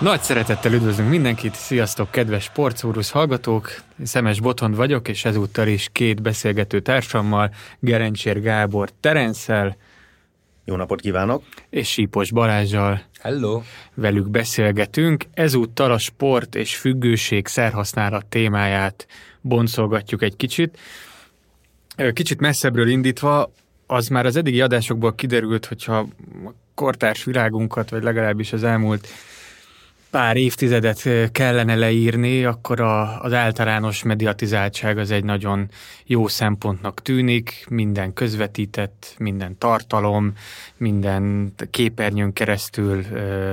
Nagy szeretettel üdvözlünk mindenkit, sziasztok kedves Sportszórusz hallgatók! Szemes Botond vagyok, és ezúttal is két beszélgető társammal, Gerencsér Gábor Terenccel. Jó napot kívánok! És Sípos Balázssal. Hello! Velük beszélgetünk. Ezúttal a sport és függőség szerhasználat témáját boncolgatjuk egy kicsit. Kicsit messzebbről indítva, az már az eddigi adásokból kiderült, hogyha a kortárs világunkat, vagy legalábbis az elmúlt pár évtizedet kellene leírni, akkor az általános mediatizáltság az egy nagyon jó szempontnak tűnik, minden közvetített, minden tartalom, minden képernyőn keresztül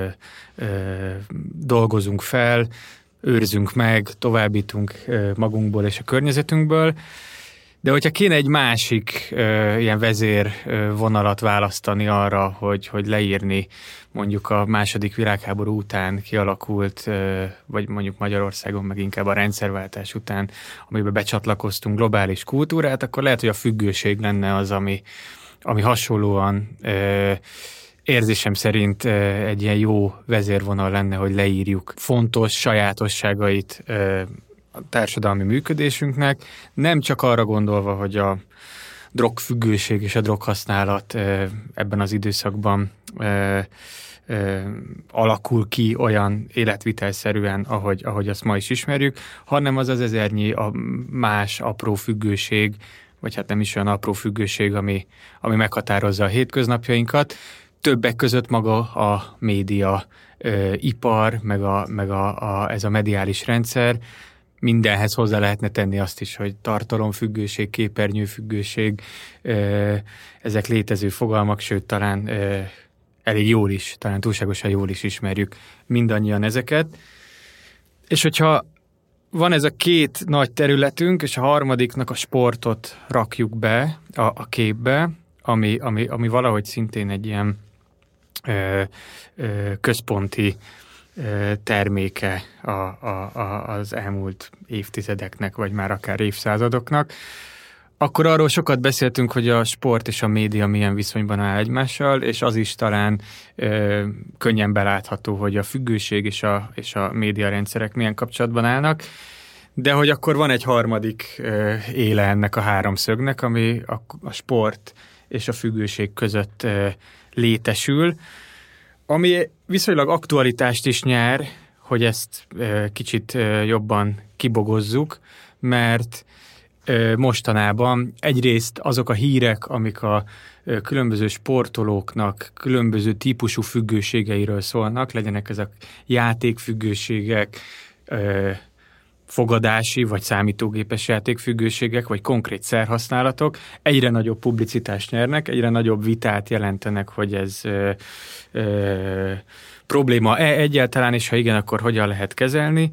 dolgozunk fel, őrzünk meg, továbbítunk magunkból és a környezetünkből. De hogyha kéne egy másik ilyen vezérvonalat választani arra, hogy leírni mondjuk a második világháború után kialakult, vagy mondjuk Magyarországon meg inkább a rendszerváltás után, amiben becsatlakoztunk globális kultúrát, akkor lehet, hogy a függőség lenne az, ami hasonlóan érzésem szerint egy ilyen jó vezérvonal lenne, hogy leírjuk fontos sajátosságait a társadalmi működésünknek, nem csak arra gondolva, hogy a drogfüggőség és a droghasználat ebben az időszakban alakul ki olyan életvitelszerűen, ahogy azt ma is ismerjük, hanem az ezernyi a más apró függőség, vagy hát nem is olyan apró függőség, ami meghatározza a hétköznapjainkat. Többek között maga a média ipar, meg ez a mediális rendszer. Mindenhez hozzá lehetne tenni azt is, hogy tartalomfüggőség, képernyőfüggőség, ezek létező fogalmak, sőt talán elég jól is, talán túlságosan jól is ismerjük mindannyian ezeket. És hogyha van ez a két nagy területünk, és a harmadiknak a sportot rakjuk be a képbe, ami valahogy szintén egy ilyen központi terméke az elmúlt évtizedeknek, vagy már akár évszázadoknak, akkor arról sokat beszéltünk, hogy a sport és a média milyen viszonyban áll egymással, és az is talán könnyen belátható, hogy a függőség és a médiarendszerek milyen kapcsolatban állnak, de hogy akkor van egy harmadik éle ennek a háromszögnek, ami a sport és a függőség között létesül, ami viszonylag aktualitást is nyer, hogy ezt kicsit jobban kibogozzuk, mert mostanában egyrészt azok a hírek, amik a különböző sportolóknak különböző típusú függőségeiről szólnak, legyenek ezek játékfüggőségek, fogadási vagy számítógépes játékfüggőségek, vagy konkrét szerhasználatok egyre nagyobb publicitást nyernek, egyre nagyobb vitát jelentenek, hogy ez probléma-e egyáltalán, és ha igen, akkor hogyan lehet kezelni.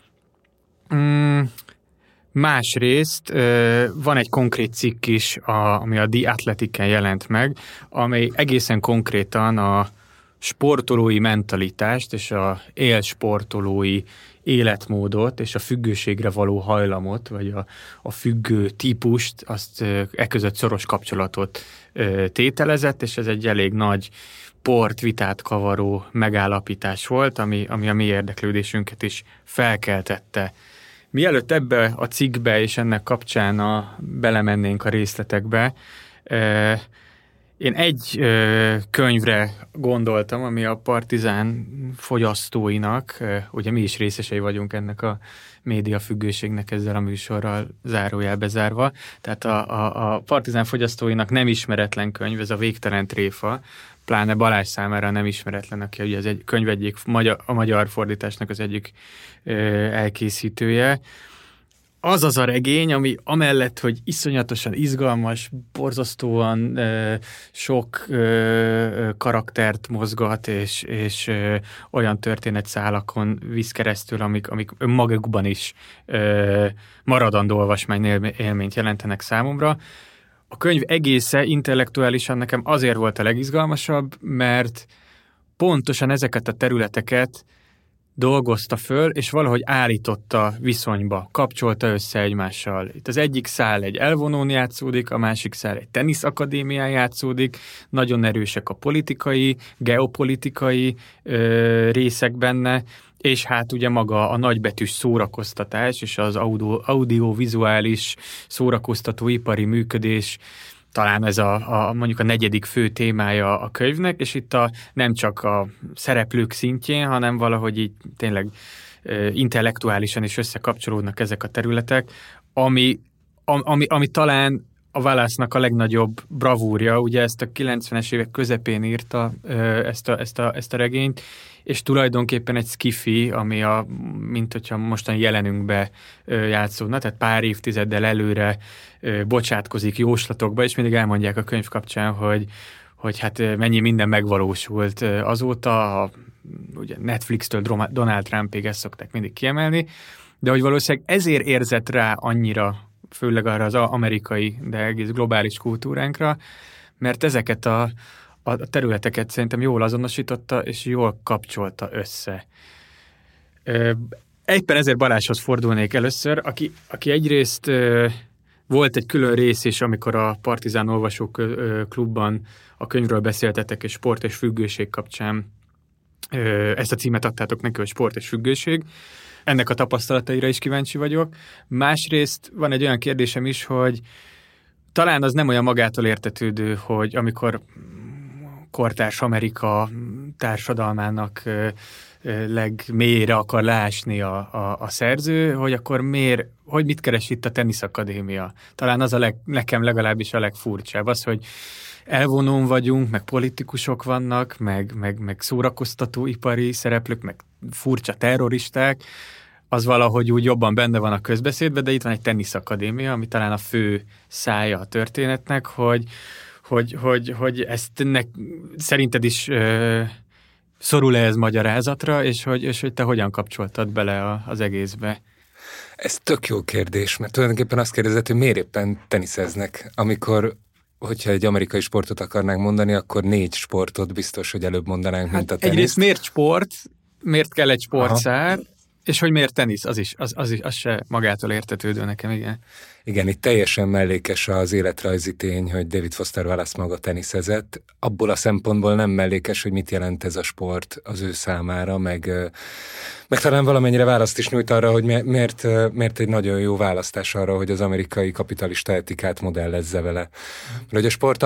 Másrészt van egy konkrét cikk is, ami a The Athletic-en jelent meg, amely egészen konkrétan a sportolói mentalitást és a élsportolói életmódot és a függőségre való hajlamot, vagy a függő típust, azt között szoros kapcsolatot tételezett, és ez egy elég nagy portvitát kavaró megállapítás volt, ami a mi érdeklődésünket is felkeltette. Mielőtt ebbe a cikkbe és ennek kapcsán belemennénk a részletekbe, én egy könyvre gondoltam, ami a Partizán fogyasztóinak, ugye mi is részesei vagyunk ennek a médiafüggőségnek ezzel a műsorral zárójelbe zárva, tehát a Partizán fogyasztóinak nem ismeretlen könyv, ez a Végtelen tréfa, pláne Balázs számára nem ismeretlen, aki ugye egy könyv egyik, a magyar fordításnak az egyik elkészítője. Az a regény, ami amellett, hogy iszonyatosan izgalmas, borzasztóan sok karaktert mozgat, és olyan történetszálakon visz keresztül, amik önmagukban is maradandó olvasmány élményt jelentenek számomra. A könyv egésze intellektuálisan nekem azért volt a legizgalmasabb, mert pontosan ezeket a területeket dolgozta föl, és valahogy állította viszonyba, kapcsolta össze egymással. Itt az egyik szál egy elvonón játszódik, a másik szál egy teniszakadémián játszódik, nagyon erősek a politikai, geopolitikai részek benne, és hát ugye maga a nagybetűs szórakoztatás és az audiovizuális szórakoztatóipari működés, talán ez mondjuk a negyedik fő témája a könyvnek, és itt nem csak a szereplők szintjén, hanem valahogy így tényleg intellektuálisan is összekapcsolódnak ezek a területek, ami talán a Wallace-nak a legnagyobb bravúrja, ugye ezt a 90-es évek közepén írta ezt a regényt, és tulajdonképpen egy sci-fi, ami mint hogyha mostan jelenünkbe játszódna, tehát pár évtizeddel előre bocsátkozik jóslatokba, és mindig elmondják a könyv kapcsán, hogy hát mennyi minden megvalósult azóta, ugye Netflix-től Donald Trumpig ezt szokták mindig kiemelni, de hogy valószínűleg ezért érzett rá annyira, főleg arra az amerikai, de egész globális kultúránkra, mert ezeket a területeket szerintem jól azonosította, és jól kapcsolta össze. Éppen ezért Balázshoz fordulnék először, aki egyrészt volt egy külön rész is, amikor a Partizán Olvasók Klubban a könyvről beszéltetek, és sport és függőség kapcsán ezt a címet adtátok neki, hogy sport és függőség. Ennek a tapasztalataira is kíváncsi vagyok. Másrészt van egy olyan kérdésem is, hogy talán az nem olyan magától értetődő, hogy amikor kortárs Amerika társadalmának legmélyére akar leásni a szerző, hogy akkor hogy mit keres itt a teniszakadémia? Talán az nekem legalábbis a legfurcsább. Az, hogy elvonón vagyunk, meg politikusok vannak, meg szórakoztatóipari szereplők, meg furcsa terroristák, az valahogy úgy jobban benne van a közbeszédben, de itt van egy teniszakadémia, ami talán a fő szája a történetnek, hogy ezt szerinted is szorul-e ez magyarázatra, és hogy te hogyan kapcsoltad bele az egészbe? Ez tök jó kérdés, mert tulajdonképpen azt kérdezett, hogy miért éppen teniszeznek, hogyha egy amerikai sportot akarnánk mondani, akkor 4 sportot biztos, hogy előbb mondanánk, mint a teniszt. Egyrészt miért sport, miért kell egy sportszár, és hogy miért tenisz, az se magától értetődő nekem, igen. Igen, itt teljesen mellékes az életrajzi tény, hogy David Foster Wallace maga teniszezett. Abból a szempontból nem mellékes, hogy mit jelent ez a sport az ő számára, meg talán valamennyire választ is nyújt arra, hogy miért egy nagyon jó választás arra, hogy az amerikai kapitalista etikát modellezze vele. Mert hogy a sport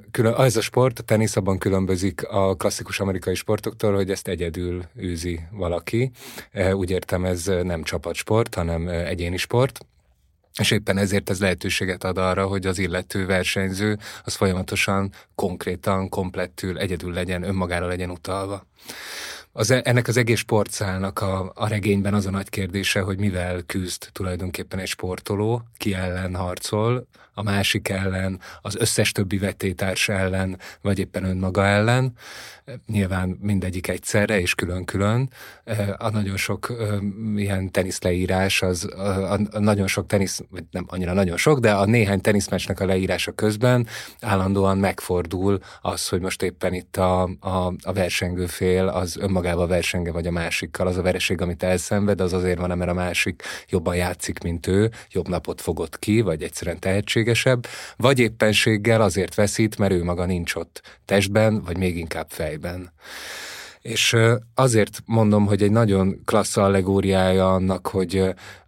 a tenisz abban különbözik a klasszikus amerikai sportoktól, hogy ezt egyedül űzi valaki. Úgy értem, ez nem csapatsport, hanem egyéni sport. És éppen ezért ez lehetőséget ad arra, hogy az illető versenyző az folyamatosan, konkrétan, komplettül, egyedül legyen, önmagára legyen utalva. Ennek az egész sportszálnak a regényben az a nagy kérdése, hogy mivel küzd tulajdonképpen egy sportoló, ki ellen harcol, a másik ellen, az összes többi vetétárs ellen, vagy éppen önmaga ellen. Nyilván mindegyik egyszerre és külön-külön. A nagyon sok ilyen teniszleírás, a nagyon sok tenisz, vagy nem annyira nagyon sok, de a néhány teniszmeccsnek a leírása közben állandóan megfordul az, hogy most éppen itt a versengő fél az önmagával versenge, vagy a másikkal. Az a vereség, amit elszenved, az azért van, mert a másik jobban játszik, mint ő, jobb napot fogott ki, vagy egyszerűen tehetségesebb, vagy éppenséggel azért veszít, mert ő maga nincs ott testben, vagy még inkább fejben. És azért mondom, hogy egy nagyon klassz allegóriája annak, hogy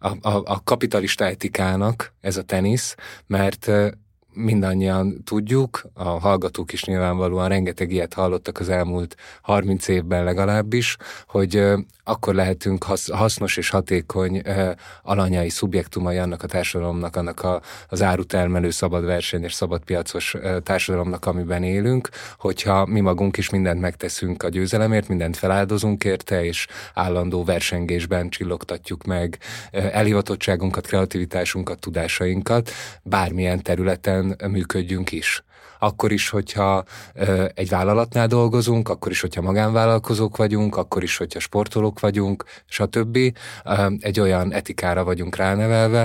a kapitalista etikának ez a tenisz, mert mindannyian tudjuk, a hallgatók is nyilvánvalóan rengeteg ilyet hallottak az elmúlt 30 évben legalábbis, hogy akkor lehetünk hasznos és hatékony alanyai, szubjektumai annak a társadalomnak, annak az árutermelő, szabad versenyes, szabadpiacos társadalomnak, amiben élünk, hogyha mi magunk is mindent megteszünk a győzelemért, mindent feláldozunk érte, és állandó versengésben csillogtatjuk meg elhivatottságunkat, kreativitásunkat, tudásainkat, bármilyen területen működjünk is. Akkor is, hogyha egy vállalatnál dolgozunk, akkor is, hogyha magánvállalkozók vagyunk, akkor is, hogyha sportolók vagyunk, stb. Egy olyan etikára vagyunk ránevelve,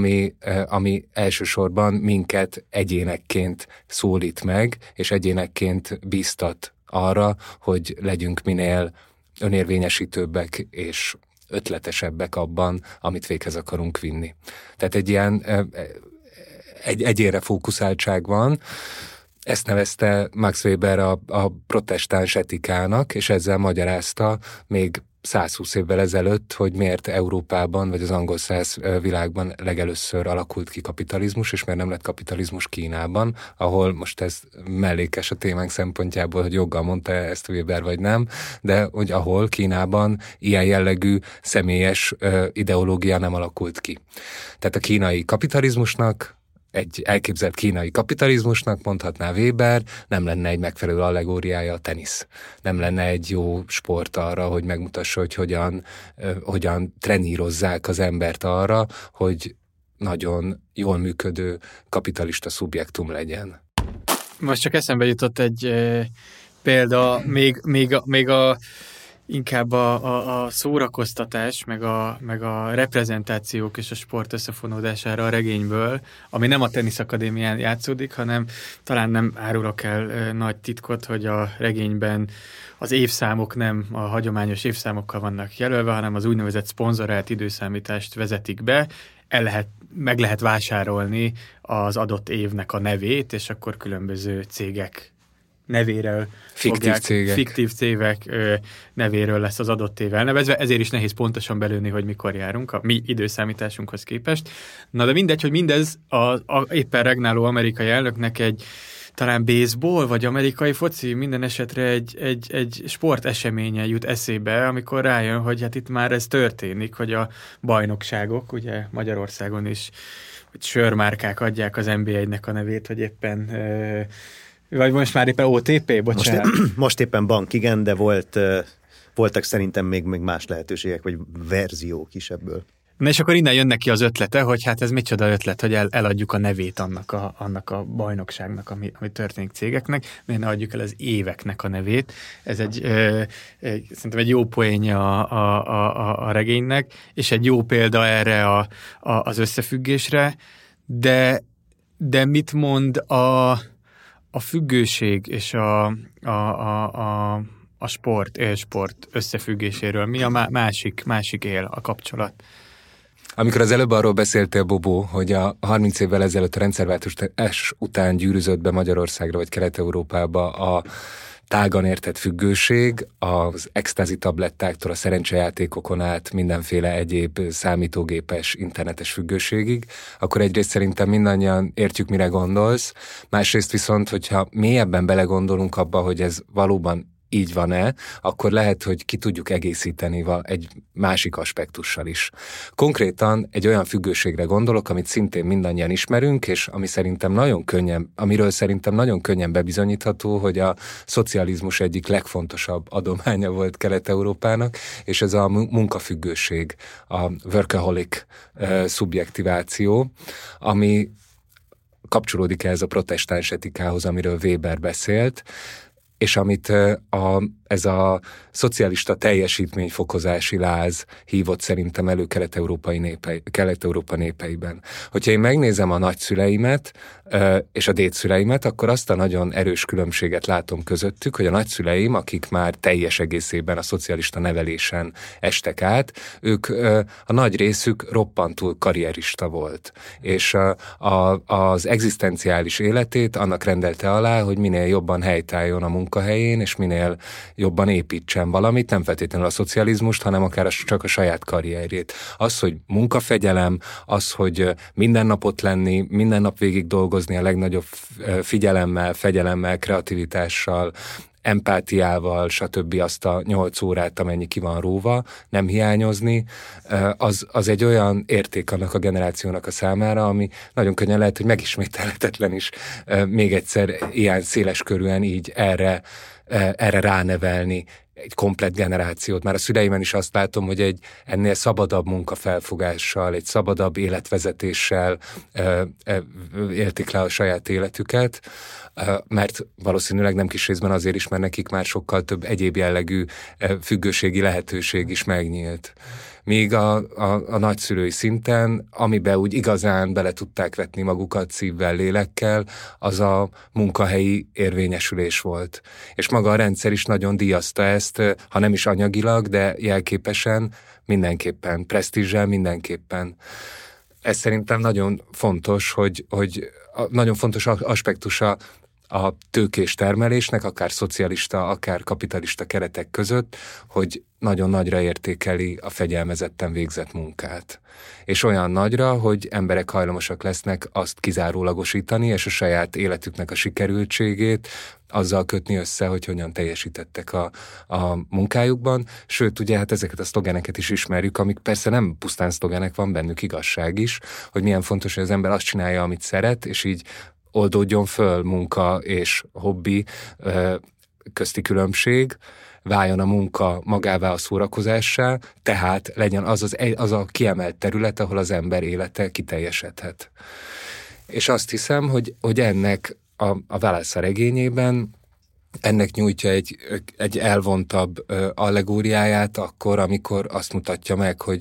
ami elsősorban minket egyénekként szólít meg, és egyénekként bíztat arra, hogy legyünk minél önérvényesítőbbek és ötletesebbek abban, amit véghez akarunk vinni. Tehát egy ilyen egyénre fókuszáltság van. Ezt nevezte Max Weber a protestáns etikának, és ezzel magyarázta még 120 évvel ezelőtt, hogy miért Európában, vagy az angol száz világban legelőször alakult ki kapitalizmus, és miért nem lett kapitalizmus Kínában, ahol most ez mellékes a témánk szempontjából, hogy joggal mondta ezt Weber vagy nem, de hogy ahol Kínában ilyen jellegű személyes ideológia nem alakult ki. Tehát a kínai kapitalizmusnak, egy elképzelt kínai kapitalizmusnak mondhatná Weber, nem lenne egy megfelelő allegóriája a tenisz. Nem lenne egy jó sport arra, hogy megmutassa, hogy hogyan trenírozzák az embert arra, hogy nagyon jól működő kapitalista szubjektum legyen. Most csak eszembe jutott egy példa, még inkább a szórakoztatás, meg a reprezentációk és a sport összefonódására a regényből, ami nem a teniszakadémián játszódik, hanem talán nem árulok el nagy titkot, hogy a regényben az évszámok nem a hagyományos évszámokkal vannak jelölve, hanem az úgynevezett szponzorált időszámítást vezetik be, meg lehet vásárolni az adott évnek a nevét, és akkor különböző cégek nevéről fiktív cégek nevéről lesz az adott év elnevezve, ezért is nehéz pontosan belőni, hogy mikor járunk a mi időszámításunkhoz képest. Na de mindegy, hogy mindez a éppen regnáló amerikai elnöknek egy talán baseball, vagy amerikai foci, minden esetre egy sporteseménye jut eszébe, amikor rájön, hogy hát itt már ez történik, hogy a bajnokságok, ugye Magyarországon is, hogy sörmárkák adják az NB1-nek a nevét, hogy éppen vagy most már éppen OTP, bocsánat. Most éppen bank, igen, de voltak szerintem még más lehetőségek, vagy verziók is ebből. Na és akkor innen jön neki az ötlete, hogy hát ez micsoda ötlet, hogy eladjuk a nevét annak a bajnokságnak, ami történik cégeknek, miért ne adjuk el az éveknek a nevét. Ez szerintem egy jó poénja a regénynek, és egy jó példa erre az összefüggésre, de mit mond a függőség és a élsport összefüggéséről? Mi a másik él, a kapcsolat? Amikor az előbb arról beszéltél, Bobó, hogy a 30 évvel ezelőtt a rendszerváltás után gyűrűzött be Magyarországra vagy Kelet-Európába a tágan értett függőség, az extázi tablettáktól a szerencsejátékokon át mindenféle egyéb számítógépes, internetes függőségig, akkor egyrészt szerintem mindannyian értjük, mire gondolsz, másrészt viszont, hogyha mélyebben belegondolunk abba, hogy ez valóban így van-e, akkor lehet, hogy ki tudjuk egészíteni egy másik aspektussal is. Konkrétan egy olyan függőségre gondolok, amit szintén mindannyian ismerünk, és amiről szerintem nagyon könnyen bebizonyítható, hogy a szocializmus egyik legfontosabb adománya volt Kelet-Európának, és ez a munkafüggőség, a workaholic szubjektiváció, ami kapcsolódik ehhez a protestáns etikához, amiről Weber beszélt, és amit ez a szocialista teljesítményfokozási láz hívott szerintem elő Kelet-Európa népeiben. Hogyha én megnézem a nagyszüleimet és a dédszüleimet, akkor azt a nagyon erős különbséget látom közöttük, hogy a nagyszüleim, akik már teljes egészében a szocialista nevelésen estek át, ők a nagy részük roppantul karrierista volt. És az egzisztenciális életét annak rendelte alá, hogy minél jobban helytálljon a munkahelyén, és minél jobban építsen valamit, nem feltétlenül a szocializmust, hanem akár csak a saját karrierjét. Az, hogy munkafegyelem, az, hogy minden nap ott lenni, minden nap végig dolgozni a legnagyobb figyelemmel, fegyelemmel, kreativitással, empátiával, stb. Azt a 8 órát, amennyi ki van róva, nem hiányozni, az egy olyan érték annak a generációnak a számára, ami nagyon könnyen lehet, hogy megismételhetetlen is még egyszer ilyen széleskörűen így erre ránevelni egy komplett generációt. Már a szüleimen is azt látom, hogy egy ennél szabadabb munkafelfogással, egy szabadabb életvezetéssel élték le a saját életüket, mert valószínűleg nem kis részben azért is, mert nekik már sokkal több egyéb jellegű függőségi lehetőség is megnyílt. míg a nagyszülői szinten, amiben úgy igazán bele tudták vetni magukat szívvel, lélekkel, az a munkahelyi érvényesülés volt. És maga a rendszer is nagyon díjazta ezt, ha nem is anyagilag, de jelképesen, mindenképpen, presztízsel mindenképpen. Ez szerintem nagyon fontos, hogy nagyon fontos aspektusa a tőkés termelésnek, akár szocialista, akár kapitalista keretek között, hogy nagyon nagyra értékeli a fegyelmezetten végzett munkát. És olyan nagyra, hogy emberek hajlamosak lesznek azt kizárólagosítani, és a saját életüknek a sikerültségét azzal kötni össze, hogy hogyan teljesítettek a munkájukban. Sőt, ugye hát ezeket a szlogeneket is ismerjük, amik persze nem pusztán szlogenek, van bennük igazság is, hogy milyen fontos, hogy az ember azt csinálja, amit szeret, és így oldódjon föl munka és hobbi közti különbség, váljon a munka magává a szórakozássá, tehát legyen az a kiemelt terület, ahol az ember élete kiteljesedhet. És azt hiszem, hogy ennek a Wallace regényében ennek nyújtja egy elvontabb allegóriáját akkor, amikor azt mutatja meg, hogy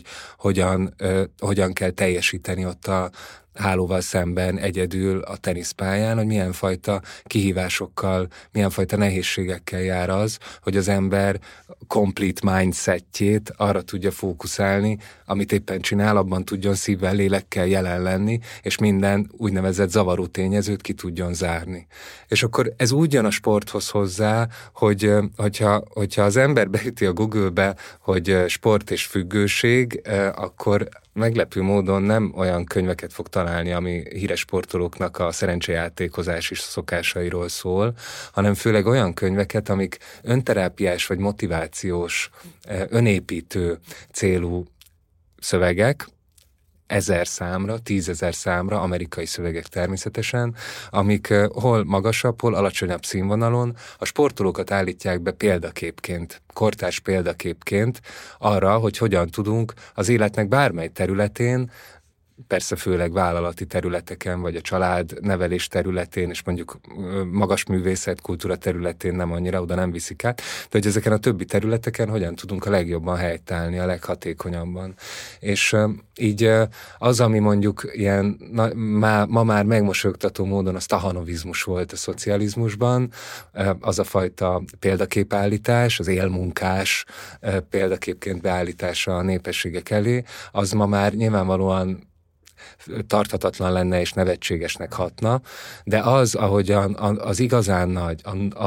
hogyan kell teljesíteni ott a hálóval szemben egyedül a teniszpályán, hogy milyen fajta kihívásokkal, milyen fajta nehézségekkel jár az, hogy az ember complete mindsetjét arra tudja fókuszálni, amit éppen csinál, abban tudjon szívvel, lélekkel jelen lenni, és minden úgynevezett zavaró tényezőt ki tudjon zárni. És akkor ez úgy jön a sporthoz hozzá, hogyha az ember beüti a Google-be, hogy sport és függőség, akkor meglepő módon nem olyan könyveket fog találni, ami híres sportolóknak a szerencsejátékozás és szokásairól szól, hanem főleg olyan könyveket, amik önterápiás vagy motivációs, önépítő célú szövegek, 1000 számra, 10 000 számra, amerikai szövegek természetesen, amik hol magasabb, hol alacsonyabb színvonalon a sportolókat állítják be példaképként, kortárs példaképként arra, hogy hogyan tudunk az életnek bármely területén, persze főleg vállalati területeken, vagy a család nevelés területén, és mondjuk magas művészet, kultúra területén nem annyira, oda nem viszik át, de hogy ezeken a többi területeken hogyan tudunk a legjobban helytállni, a leghatékonyabban. És így az, ami mondjuk ilyen ma már megmosolyogtató módon a stahanovizmus volt a szocializmusban, az a fajta példaképállítás, az élmunkás példaképként beállítása a népességek elé, az ma már nyilvánvalóan tarthatatlan lenne és nevetségesnek hatna, de az, ahogyan az igazán nagy,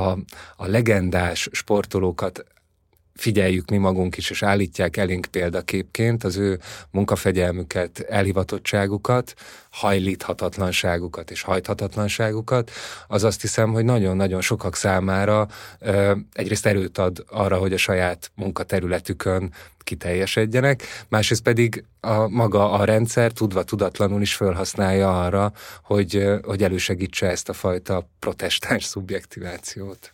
a legendás sportolókat figyeljük mi magunk is, és állítják elénk példaképként az ő munkafegyelmüket, elhivatottságukat, hajlíthatatlanságukat és hajthatatlanságukat, az azt hiszem, hogy nagyon-nagyon sokak számára egyrészt erőt ad arra, hogy a saját munkaterületükön kiteljesedjenek, másrészt pedig maga a rendszer tudva tudatlanul is felhasználja arra, hogy elősegítse ezt a fajta protestáns szubjektivációt.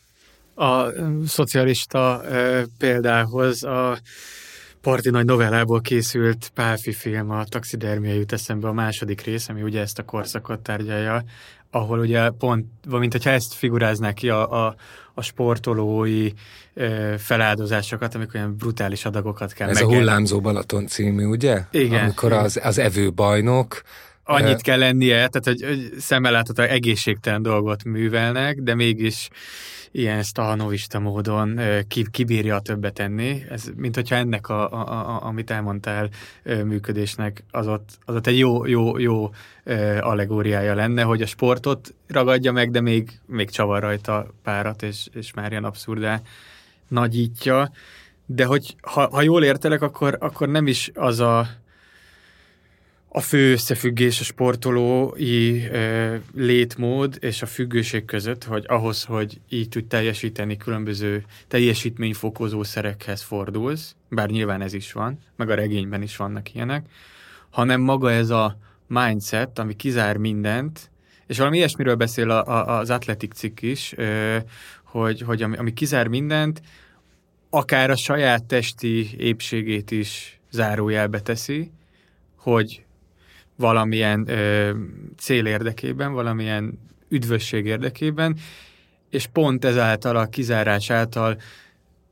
A szocialista példához a Parti nagy novellából készült Pálffy film, a Taxidermia jut eszembe a második rész, ami ugye ezt a korszakot tárgyalja, ahol ugye pont, mint hogyha ezt figuráznák ki a sportolói feláldozásokat, amikor olyan brutális adagokat kell Ez a Hullámzó Balaton című, ugye? Igen. Amikor az evőbajnok annyit kell lennie, tehát hogy szemmel láthatóan egészségtelen dolgot művelnek, de mégis ilyen stahanovista módon kibírja a többet tenni. Ez, mint hogyha ennek amit elmondtál működésnek, az ott egy jó allegóriája lenne, hogy a sportot ragadja meg, de még csavar rajta párat, és már ilyen abszurdá nagyítja. De hogy ha jól értelek, akkor nem is az a fő összefüggés a sportolói létmód és a függőség között, hogy ahhoz, hogy így tud teljesíteni, különböző teljesítményfokozó szerekhez fordulsz, bár nyilván ez is van, meg a regényben is vannak ilyenek, hanem maga ez a mindset, ami kizár mindent, és valami ilyesmiről beszél az Athletic cikk is, hogy ami kizár mindent, akár a saját testi épségét is zárójelbe teszi, hogy valamilyen cél érdekében, valamilyen üdvösség érdekében, és pont ezáltal a kizárás által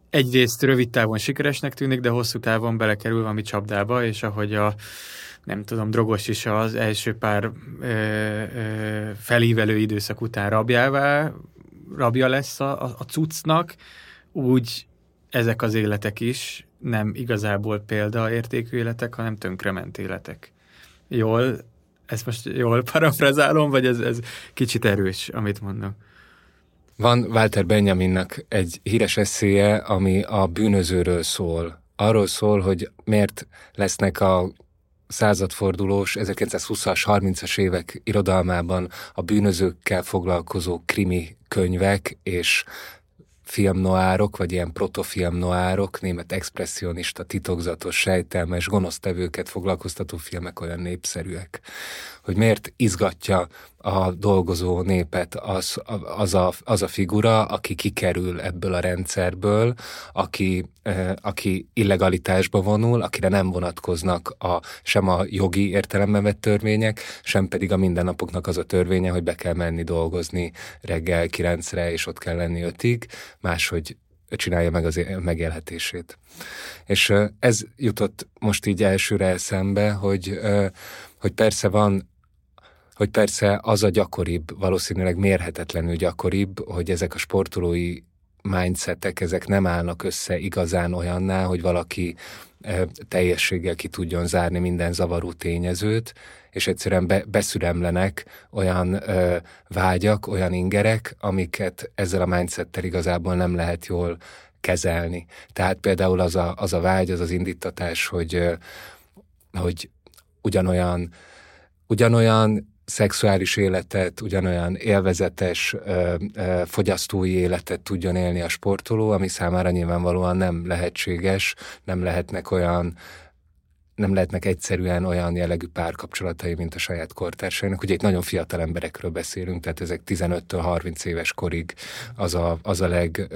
egyrészt rövid távon sikeresnek tűnik, de hosszú távon belekerül valami csapdába, és ahogy nem tudom, Drogos is az első pár felívelő időszak után rabja lesz a cuccnak, úgy ezek az életek is nem igazából példaértékű életek, hanem tönkrement életek. Ezt most jól parafrazálom, vagy ez kicsit erős, amit mondom? Van Walter Benjaminnak egy híres eszéje, ami a bűnözőről szól. Arról szól, hogy miért lesznek a századfordulós 1920-as, 30-as évek irodalmában a bűnözőkkel foglalkozó krimi könyvek és filmnoárok, vagy ilyen protofilmnoárok, német expresszionista, titokzatos, sejtelmes, gonosztevőket foglalkoztató filmek olyan népszerűek. Hogy miért izgatja a dolgozó népet az a figura, aki kikerül ebből a rendszerből, aki illegalitásba vonul, akire nem vonatkoznak sem a jogi értelemben vett törvények, sem pedig a mindennapoknak az a törvénye, hogy be kell menni dolgozni reggel 9-re, és ott kell lenni 5-ig, máshogy csinálja meg az megélhetését. És ez jutott most így elsőre eszembe, hogy persze az a gyakoribb, valószínűleg mérhetetlenül gyakoribb, hogy ezek a sportolói mindsetek, ezek nem állnak össze igazán olyanná, hogy valaki teljességgel ki tudjon zárni minden zavaró tényezőt, és egyszerűen beszüremlenek olyan vágyak, olyan ingerek, amiket ezzel a mindsettel igazából nem lehet jól kezelni. Tehát például az a vágy, az indítatás, hogy ugyanolyan szexuális életet, ugyanolyan élvezetes fogyasztói életet tudjon élni a sportoló, ami számára nyilvánvalóan nem lehetséges, nem lehetnek egyszerűen olyan jellegű párkapcsolatai, mint a saját kortársainak. Ugye itt nagyon fiatal emberekről beszélünk, tehát ezek 15-től 30 éves korig az a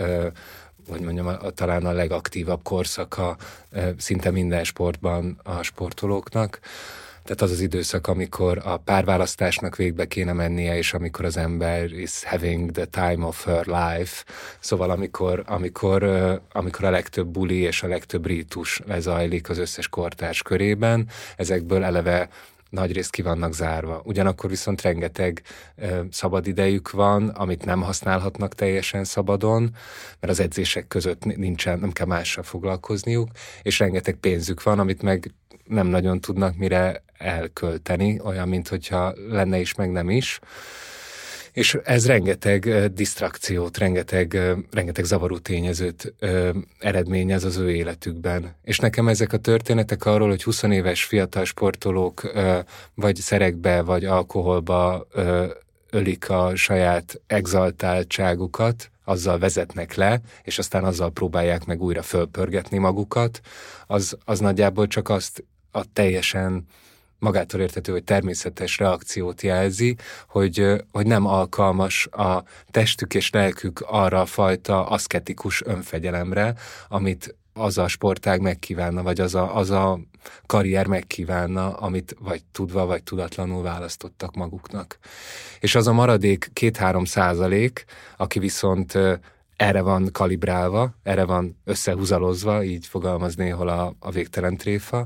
talán a legaktívabb korszaka szinte minden sportban a sportolóknak. Tehát az az időszak, amikor a párválasztásnak végbe kéne mennie, és amikor az ember is having the time of her life, szóval amikor a legtöbb buli és a legtöbb rítus lezajlik az összes kortárs körében, ezekből eleve nagyrészt ki vannak zárva. Ugyanakkor viszont rengeteg szabad idejük van, amit nem használhatnak teljesen szabadon, mert az edzések között nem kell mással foglalkozniuk, és rengeteg pénzük van, amit meg nem nagyon tudnak mire elkölteni, olyan, mint hogyha lenne is, meg nem is. És ez rengeteg disztrakciót, rengeteg zavaró tényezőt eredményez az ő életükben. És nekem ezek a történetek arról, hogy 20 éves fiatal sportolók vagy szerekbe, vagy alkoholba ölik a saját exaltáltságukat, azzal vezetnek le, és aztán azzal próbálják meg újra fölpörgetni magukat, az nagyjából csak azt a teljesen magától értető, hogy természetes reakciót jelzi, hogy nem alkalmas a testük és lelkük arra a fajta aszketikus önfegyelemre, amit az a sportág megkívánna, vagy az a karrier megkívánna, amit vagy tudva, vagy tudatlanul választottak maguknak. És az a maradék 2-3%, aki viszont erre van kalibrálva, erre van összehúzalozva, így fogalmaz néhol a végtelen tréfa,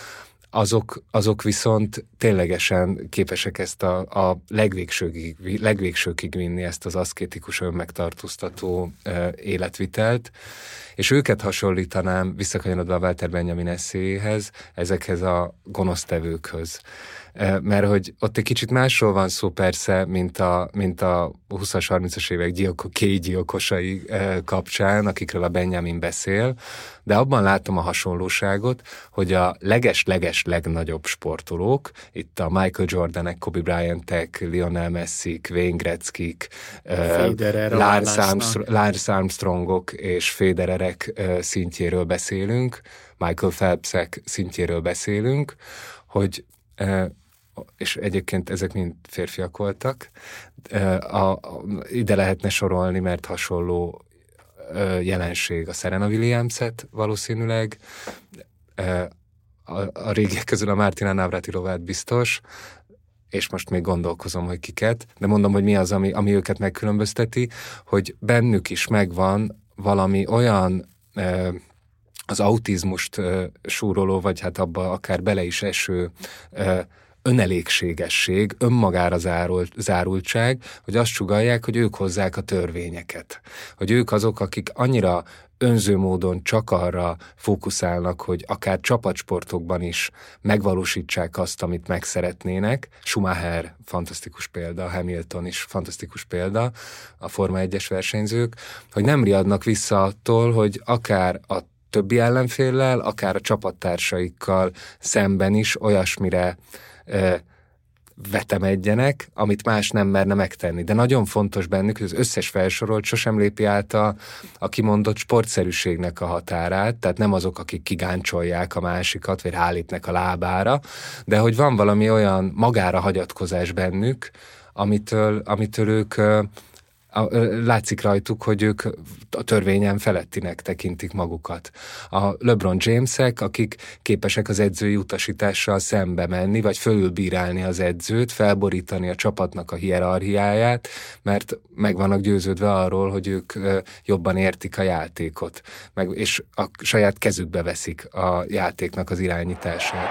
azok viszont ténylegesen képesek ezt a legvégsőkig vinni, ezt az aszkétikus önmegtartóztató életvitelt, és őket hasonlítanám, visszakanyarodva a Walter Benjamin eszéjéhez, ezekhez a gonosztevőkhöz. Mert hogy ott egy kicsit másról van szó persze, mint a 20-as, 30-as évek kégyilkosai kapcsán, akikről a Benjamin beszél, de abban látom a hasonlóságot, hogy a leges legnagyobb sportolók, itt a Michael Jordanek, Kobe Bryantek, Lionel Messik, Wayne Gretzkyk, Lance Armstrongok és Federerek szintjéről beszélünk, Michael Phelpsek szintjéről beszélünk, hogy és egyébként ezek mind férfiak voltak. Ide lehetne sorolni, mert hasonló jelenség a Serena Williams-et valószínűleg. A régiek közül a Martina Navratilovát biztos, és most még gondolkozom, hogy kiket, de mondom, hogy mi az, ami őket megkülönbözteti, hogy bennük is megvan valami olyan az autizmust súroló, vagy hát abba akár bele is eső önelégségesség, önmagára zárultság, hogy azt sugallják, hogy ők hozzák a törvényeket. Hogy ők azok, akik annyira önző módon csak arra fókuszálnak, hogy akár csapatsportokban is megvalósítsák azt, amit meg szeretnének. Schumacher fantasztikus példa, Hamilton is fantasztikus példa, a Forma 1-es versenyzők, hogy nem riadnak vissza attól, hogy akár a többi ellenféllel, akár a csapattársaikkal szemben is olyasmire vetemedjenek, amit más nem merne megtenni. De nagyon fontos bennük, hogy az összes felsorolt sosem lépi át a kimondott sportszerűségnek a határát, tehát nem azok, akik kigáncsolják a másikat, vagy rálépnek a lábára, de hogy van valami olyan magára hagyatkozás bennük, amitől ők látszik rajtuk, hogy ők a törvényen felettinek tekintik magukat. A LeBron Jamesek, akik képesek az edzői utasítással szembe menni, vagy fölülbírálni az edzőt, felborítani a csapatnak a hierarchiáját, mert meg vannak győződve arról, hogy ők jobban értik a játékot, és a saját kezükbe veszik a játéknak az irányítását.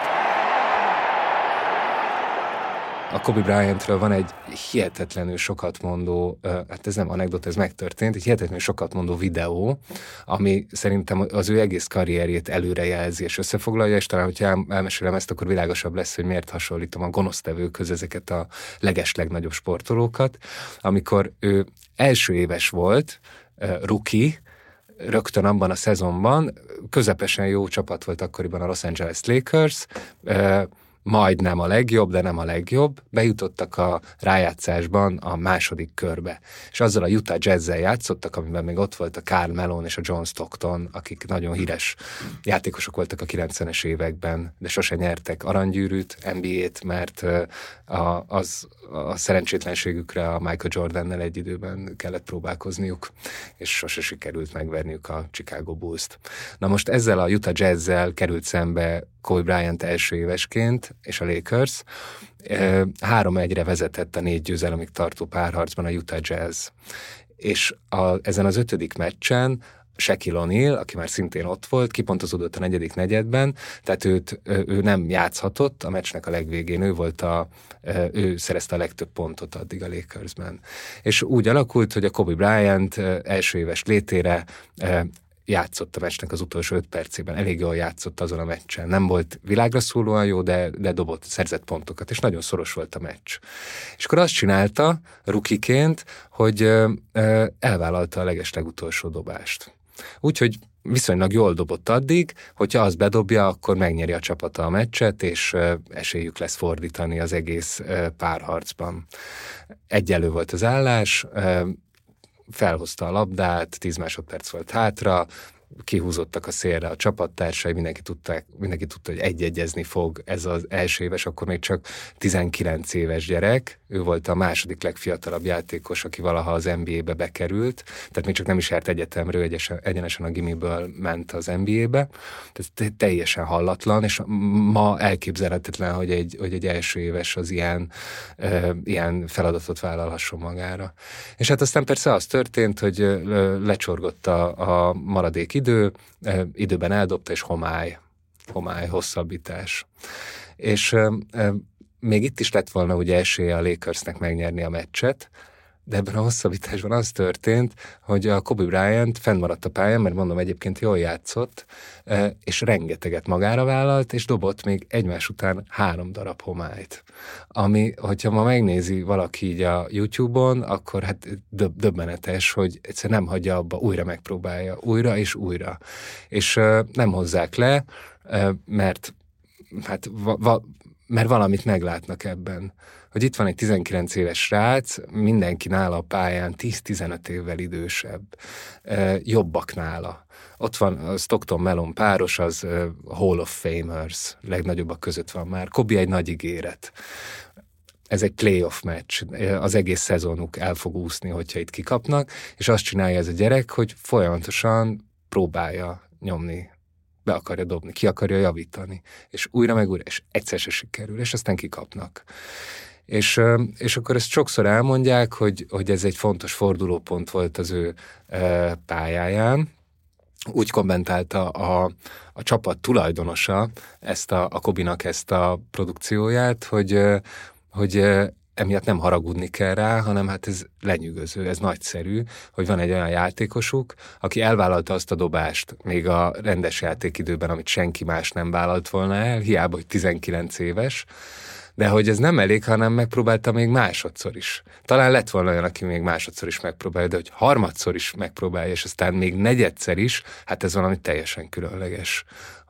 A Kobe Bryantről van egy hihetetlenül sokat mondó, hát ez nem anekdota, ez megtörtént, egy hihetetlenül sokat mondó videó, ami szerintem az ő egész karrierjét előrejelzi és összefoglalja, és talán, hogyha elmesélem ezt, akkor világosabb lesz, hogy miért hasonlítom a gonosztevőkhöz ezeket a legeslegnagyobb sportolókat. Amikor ő első éves volt, rookie, rögtön abban a szezonban, közepesen jó csapat volt akkoriban a Los Angeles Lakers, majdnem a legjobb, de nem a legjobb, bejutottak a rájátszásban a második körbe. És azzal a Utah Jazz-zel játszottak, amiben még ott volt a Karl Malone és a John Stockton, akik nagyon híres játékosok voltak a 90-es években, de sose nyertek aranygyűrűt, NBA-t, mert a szerencsétlenségükre a Michael Jordannel egy időben kellett próbálkozniuk, és sose sikerült megverniük a Chicago Bulls-t. Na most ezzel a Utah Jazz-zel került szembe Kobe Bryant első évesként, és a Lakers 3-1-re vezetett a 4 győzelemig tartó párharcban a Utah Jazz. És ezen az 5. meccsen Shaquille O'Neal, aki már szintén ott volt, kipontozódott a 4. negyedben, tehát ő nem játszhatott, a meccsnek a legvégén ő szerezte a legtöbb pontot addig a Lakersben. És úgy alakult, hogy a Kobe Bryant első éves létére játszott a meccsnek az utolsó 5 percében, elég jól játszott azon a meccsen. Nem volt világra szólóan jó, de szerzett pontokat, és nagyon szoros volt a meccs. És akkor azt csinálta rukiként, hogy elvállalta a legeslegutolsó dobást. Úgyhogy viszonylag jól dobott addig, hogyha azt bedobja, akkor megnyeri a csapata a meccset, és esélyük lesz fordítani az egész párharcban. Egyelő volt az állás, felhozta a labdát, 10 másodperc volt hátra, kihúzottak a szélre a csapattársai, mindenki tudta, hogy egyegyezni fog. Ez az első éves, akkor még csak 19 éves gyerek, ő volt a második legfiatalabb játékos, aki valaha az NBA-be bekerült, tehát még csak nem is járt egyetemről, egyenesen a gimiből ment az NBA-be, tehát teljesen hallatlan, és ma elképzelhetetlen, hogy egy első éves az ilyen feladatot vállalhasson magára. És hát aztán persze az történt, hogy lecsorgott a maradék időben eldobta, és homály, hosszabbítás. És még itt is lett volna ugye esélye a Lakersnek megnyerni a meccset, de ebben a hosszabbításban az történt, hogy a Kobe Bryant fennmaradt a pályán, mert mondom, egyébként jól játszott, és rengeteget magára vállalt, és dobott még egymás után 3 darab homályt. Ami, hogyha ma megnézi valaki így a YouTube-on, akkor hát döbbenetes, hogy egyszerűen nem hagyja abba, újra megpróbálja, újra és újra. És nem hozzák le, mert valamit meglátnak ebben. Hogy itt van egy 19 éves srác, mindenki nála a pályán 10-15 évvel idősebb, jobbak nála. Ott van a Stockton-Malone páros, az Hall of Famers, legnagyobbak között van már. Kobe egy nagy ígéret. Ez egy playoff meccs, az egész szezonuk el fog úszni, hogyha itt kikapnak, és azt csinálja ez a gyerek, hogy folyamatosan próbálja nyomni, be akarja dobni, ki akarja javítani, és újra meg újra, és egyszer se sikerül, és aztán kikapnak. És akkor ezt sokszor elmondják, hogy ez egy fontos fordulópont volt az ő pályáján, úgy kommentálta a csapat tulajdonosa a Kobinak ezt a produkcióját, hogy emiatt nem haragudni kell rá, hanem hát ez lenyűgöző, ez nagyszerű, hogy van egy olyan játékosuk, aki elvállalta azt a dobást még a rendes játékidőben, amit senki más nem vállalt volna el, hiába, hogy 19 éves, de hogy ez nem elég, hanem megpróbálta még másodszor is. Talán lett volna olyan, aki még másodszor is megpróbálja, de hogy harmadszor is megpróbálja, és aztán még negyedszer is, hát ez valami teljesen különleges.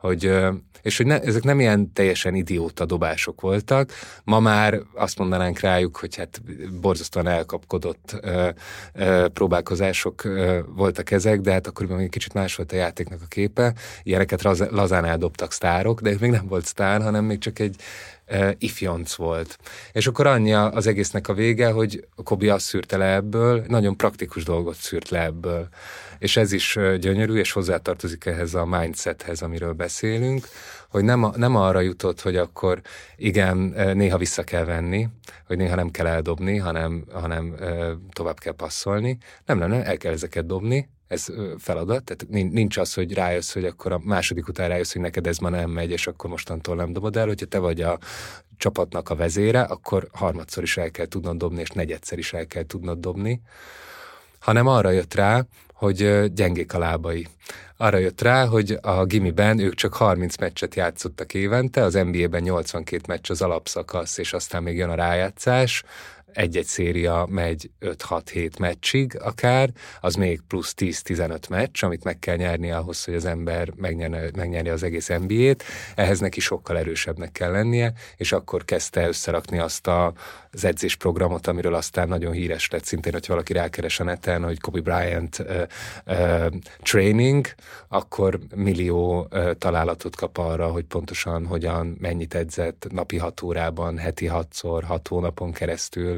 Ezek nem ilyen teljesen idióta dobások voltak. Ma már azt mondanánk rájuk, hogy hát borzasztóan elkapkodott próbálkozások voltak ezek, de hát akkoriban még kicsit más volt a játéknak a képe. Ilyeneket lazán eldobtak sztárok, de még nem volt sztár, hanem még csak egy ifjonc volt. És akkor annyi az egésznek a vége, hogy Kobi azt szűrte le ebből, nagyon praktikus dolgot szűrt le ebből. És ez is gyönyörű, és hozzátartozik ehhez a mindsethez, amiről beszélünk, hogy nem arra jutott, hogy akkor igen, néha vissza kell venni, hogy néha nem kell eldobni, hanem tovább kell passzolni. Nem, el kell ezeket dobni, ez feladat, tehát nincs az, hogy rájössz, hogy akkor a második után rájössz, hogy neked ez ma nem megy, és akkor mostantól nem dobod el. Hogyha te vagy a csapatnak a vezére, akkor harmadszor is el kell tudnod dobni, és negyedszer is el kell tudnod dobni. Hanem arra jött rá, hogy gyengék a lábai. Arra jött rá, hogy a gimiben ők csak 30 meccset játszottak évente, az NBA-ben 82 meccs az alapszakasz, és aztán még jön a rájátszás, egy-egy széria megy 5-6-7 meccsig akár, az még plusz 10-15 meccs, amit meg kell nyerni ahhoz, hogy az ember megnyerje az egész NBA-t, ehhez neki sokkal erősebbnek kell lennie, és akkor kezdte összerakni azt az edzésprogramot, amiről aztán nagyon híres lett szintén, hogy valaki rákeres a neten, hogy Kobe Bryant training, akkor millió találatot kap arra, hogy pontosan hogyan, mennyit edzett napi 6 órában, heti 6-szor, 6 hónapon keresztül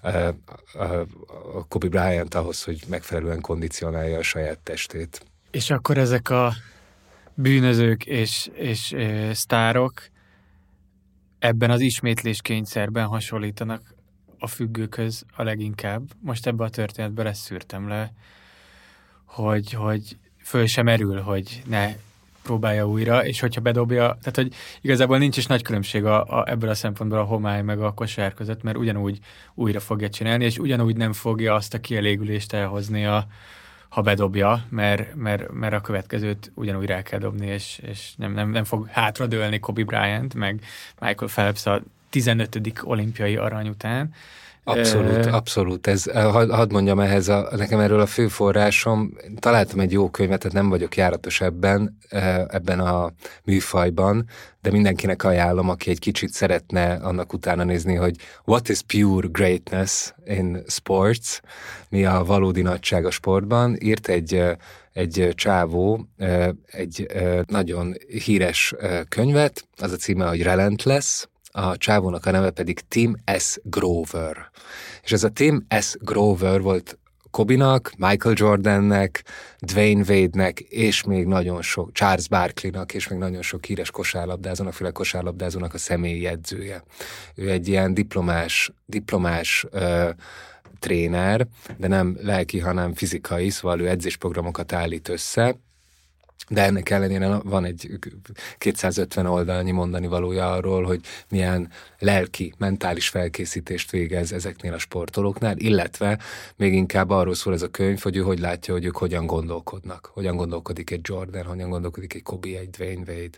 Kobe Bryant ahhoz, hogy megfelelően kondicionálja a saját testét. És akkor ezek a bűnözők és sztárok ebben az ismétléskényszerben hasonlítanak a függőkhöz a leginkább. Most ebbe a történetbe leszűrtem le, hogy föl sem erül, hogy ne próbálja újra, és hogyha bedobja, tehát hogy igazából nincs is nagy különbség ebből a szempontból a homály meg a kosár között, mert ugyanúgy újra fogja csinálni, és ugyanúgy nem fogja azt a kielégülést elhozni, ha bedobja, mert a következőt ugyanúgy rá kell dobni, és nem fog hátradőlni Kobe Bryant, meg Michael Phelps a 15. olimpiai arany után. Abszolút. Hadd mondjam nekem erről a főforrásom, találtam egy jó könyvet, tehát nem vagyok járatos ebben a műfajban, de mindenkinek ajánlom, aki egy kicsit szeretne annak utána nézni, hogy what is pure greatness in sports, mi a valódi nagyság a sportban. Írt egy csávó, egy nagyon híres könyvet, az a címe, hogy Relentless, a csávónak a neve pedig Tim S. Grover. És ez a Tim S. Grover volt Kobinak, Michael Jordannek, Dwayne Wade-nek, és még nagyon sok, Charles Barkley-nak, és még nagyon sok híres kosárlabdázónak, főleg kosárlabdázónak a személyi edzője. Ő egy ilyen diplomás tréner, de nem lelki, hanem fizikai, szóval ő edzésprogramokat állít össze, de ennek ellenére van egy 250 oldalnyi mondani valója arról, hogy milyen lelki, mentális felkészítést végez ezeknél a sportolóknál, illetve még inkább arról szól ez a könyv, hogy ő hogy látja, hogy ők hogyan gondolkodnak. Hogyan gondolkodik egy Jordan, hogyan gondolkodik egy Kobe, egy Dwayne Wade.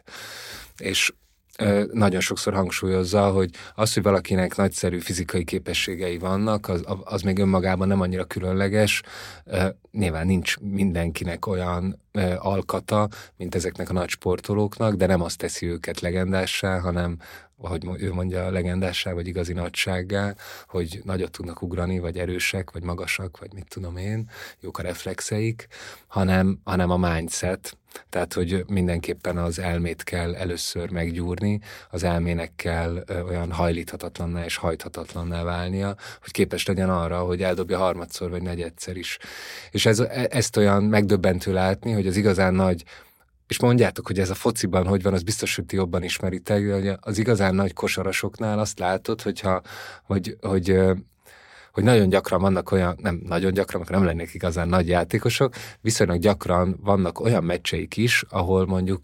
És nagyon sokszor hangsúlyozza, hogy az, hogy valakinek nagyszerű fizikai képességei vannak, az még önmagában nem annyira különleges. Nyilván nincs mindenkinek olyan alkata, mint ezeknek a nagy sportolóknak, de nem azt teszi őket legendássá, hanem ahogy ő mondja, legendássá, vagy igazi nagysággá, hogy nagyot tudnak ugrani, vagy erősek, vagy magasak, vagy mit tudom én, jók a reflexeik, hanem a mindset, tehát, hogy mindenképpen az elmét kell először meggyúrni, az elmének kell olyan hajlíthatatlanná és hajthatatlanná válnia, hogy képes legyen arra, hogy eldobja harmadszor vagy negyedszer is. És ezt olyan megdöbbentő látni, hogy az igazán nagy, és mondjátok, hogy ez a fociban hogy van, az biztos, hogy ti jobban ismeritek, hogy az igazán nagy kosarasoknál azt látod, hogy hogy nagyon gyakran vannak olyan, nem nagyon gyakran, mert nem lennék igazán nagy játékosok, viszonylag gyakran vannak olyan meccseik is, ahol mondjuk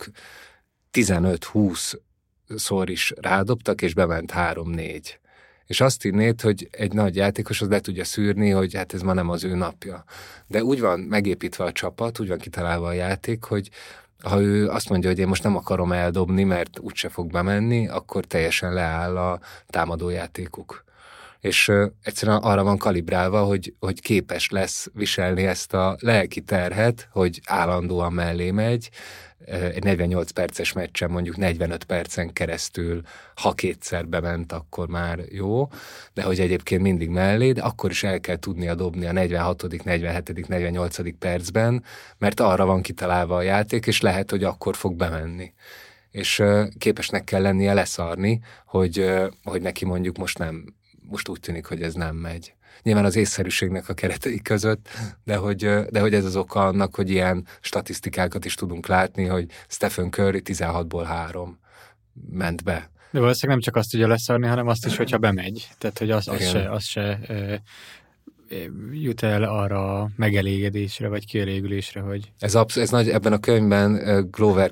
15-20-szor is rádobtak, és bement 3-4. És azt hinnéd, hogy egy nagy játékos az le tudja szűrni, hogy hát ez ma nem az ő napja. De úgy van megépítve a csapat, úgy van kitalálva a játék, hogy ha ő azt mondja, hogy én most nem akarom eldobni, mert úgyse fog bemenni, akkor teljesen leáll a támadójátékuk. És egyszerűen arra van kalibrálva, hogy képes lesz viselni ezt a lelki terhet, hogy állandóan mellé megy, egy 48 perces meccsen mondjuk 45 percen keresztül, ha kétszer bement, akkor már jó, de hogy egyébként mindig mellé, de akkor is el kell tudnia dobni a 46., 47., 48. percben, mert arra van kitalálva a játék, és lehet, hogy akkor fog bemenni. És képesnek kell lennie leszarni, hogy neki mondjuk most úgy tűnik, hogy ez nem megy. Nyilván az észszerűségnek a keretei között, de hogy ez az oka annak, hogy ilyen statisztikákat is tudunk látni, hogy Stephen Curry 16-ból 3 ment be. De valószínűleg nem csak azt tudja leszarni, hanem azt is, hogyha bemegy. Tehát, hogy az se jut el arra a megelégedésre, vagy kielégülésre, hogy... Ez nagy, ebben a könyvben, Grover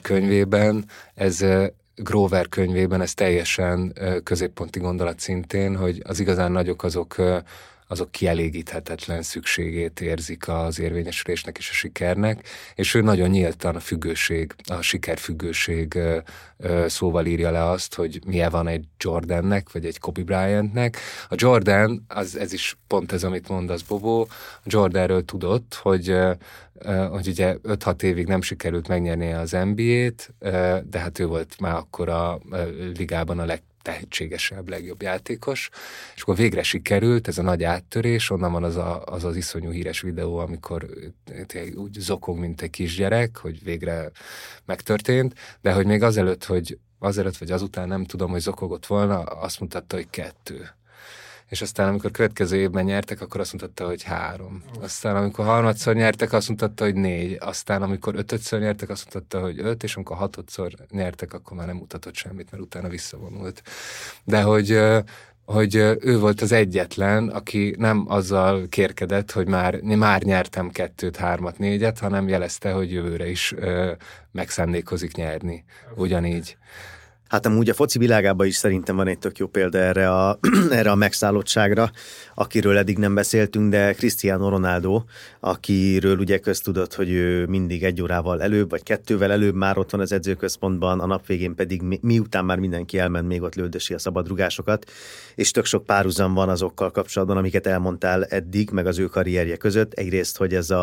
könyvében ez teljesen középponti gondolat szintén, hogy az igazán nagyok azok kielégíthetetlen szükségét érzik az érvényesülésnek és a sikernek, és ő nagyon nyíltan a sikerfüggőség szóval írja le azt, hogy milyen van egy Jordannek, vagy egy Kobe Bryantnek. A Jordan, ez is pont ez, amit mondasz, Bobó, a Jordanről tudott, hogy ugye 5-6 évig nem sikerült megnyernie az NBA-t, de hát ő volt már akkor a ligában a legtehetségesebb, legjobb játékos, és akkor végre sikerült ez a nagy áttörés, onnan van az iszonyú híres videó, amikor úgy zokog, mint egy kisgyerek, hogy végre megtörtént, de hogy még azelőtt vagy azután nem tudom, hogy zokogott volna, azt mutatta, hogy 2. És aztán amikor következő évben nyertek, akkor azt mutatta, hogy 3. Aztán amikor harmadszor nyertek, azt mutatta, hogy 4. Aztán amikor 5-ször nyertek, azt mutatta, hogy 5, és amikor 6-szor nyertek, akkor már nem mutatott semmit, mert utána visszavonult. De hogy ő volt az egyetlen, aki nem azzal kérkedett, hogy már nyertem 2, 3, 4, hanem jelezte, hogy jövőre is megszándékozik nyerni. Ugyanígy. Hát amúgy a foci világában is szerintem van egy tök jó példa erre a megszállottságra, akiről eddig nem beszéltünk, de Cristiano Ronaldo, akiről ugye köztudott, hogy ő mindig 1 órával előbb, vagy 2-vel előbb már ott van az edzőközpontban, a nap végén pedig miután már mindenki elment, még ott löldösi a szabadrugásokat, és tök sok párhuzam van azokkal kapcsolatban, amiket elmondtál eddig, meg az ő karrierje között. Egyrészt, hogy ez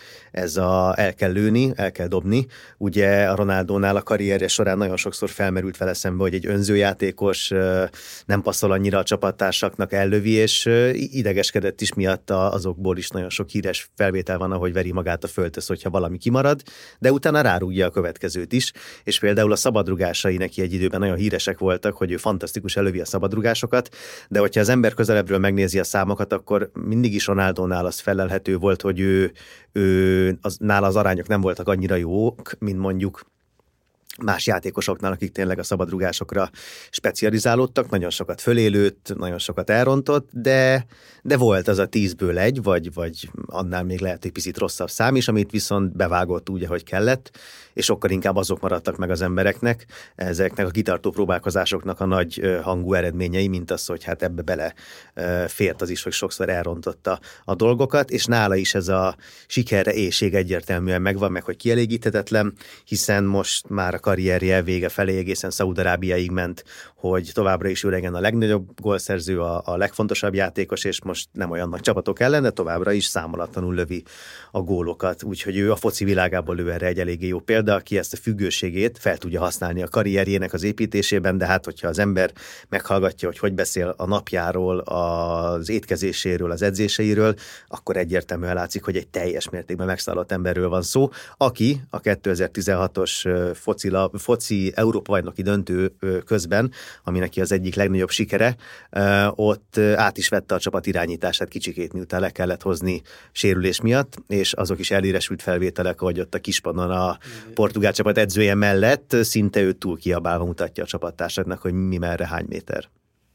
a el kell lőni, el kell dobni. Ugye a Ronaldónál a karrierje során nagyon sokszor felmerült vele szembe, hogy egy önzőjátékos nem passzol annyira a csapattársaknak, ellövi, és idegeskedett is miatta, azokból is nagyon sok híres felvétel van, ahogy veri magát a földhöz, hogyha valami kimarad, de utána rárúgja a következőt is, és például a szabadrugásai neki egy időben nagyon híresek voltak, hogy ő fantasztikus elővi a szabadrugásokat, de hogyha az ember közelebbről megnézi a számokat, akkor mindig is Ronaldónál az felelhető volt, hogy nála az arányok nem voltak annyira jók, mint mondjuk más játékosoknál, akik tényleg a szabadrugásokra specializálódtak, nagyon sokat fölélőtt, nagyon sokat elrontott, de volt az a 10-ből 1, vagy annál még lehet, hogy picit rosszabb szám is, amit viszont bevágott úgy, ahogy kellett, és sokkal inkább azok maradtak meg az embereknek, ezeknek a kitartó próbálkozásoknak a nagy hangú eredményei, mint az, hogy hát ebbe bele fért az is, hogy sokszor elrontotta a dolgokat, és nála is ez a sikerre éhség egyértelműen megvan, meg hogy kielégíthetetlen, hiszen most már a karrierje vége felé egészen Szaúd-Arábiáig ment, hogy továbbra is ő legyen a legnagyobb gólszerző, a legfontosabb játékos, és most nem olyan nagy csapatok ellen, de továbbra is számolatlanul lövi a gólokat. Úgyhogy ő a foci világában lő erre egy eléggé jó példa, aki ezt a függőségét fel tudja használni a karrierjének az építésében, de hát hogyha az ember meghallgatja, hogy beszél a napjáról, az étkezéséről, az edzéseiről, akkor egyértelműen látszik, hogy egy teljes mértékben megszállott emberről van szó, aki a 2016-os foci Európa-bajnoki döntő közben, ami neki az egyik legnagyobb sikere, ott át is vette a csapat irányítását kicsikét, miután le kellett hozni sérülés miatt, és azok is eléresült felvételek, hogy ott a kispadon a portugál csapat edzője mellett szinte őt túl kiabálva mutatja a csapattársaknak, hogy mi merre, hány méter.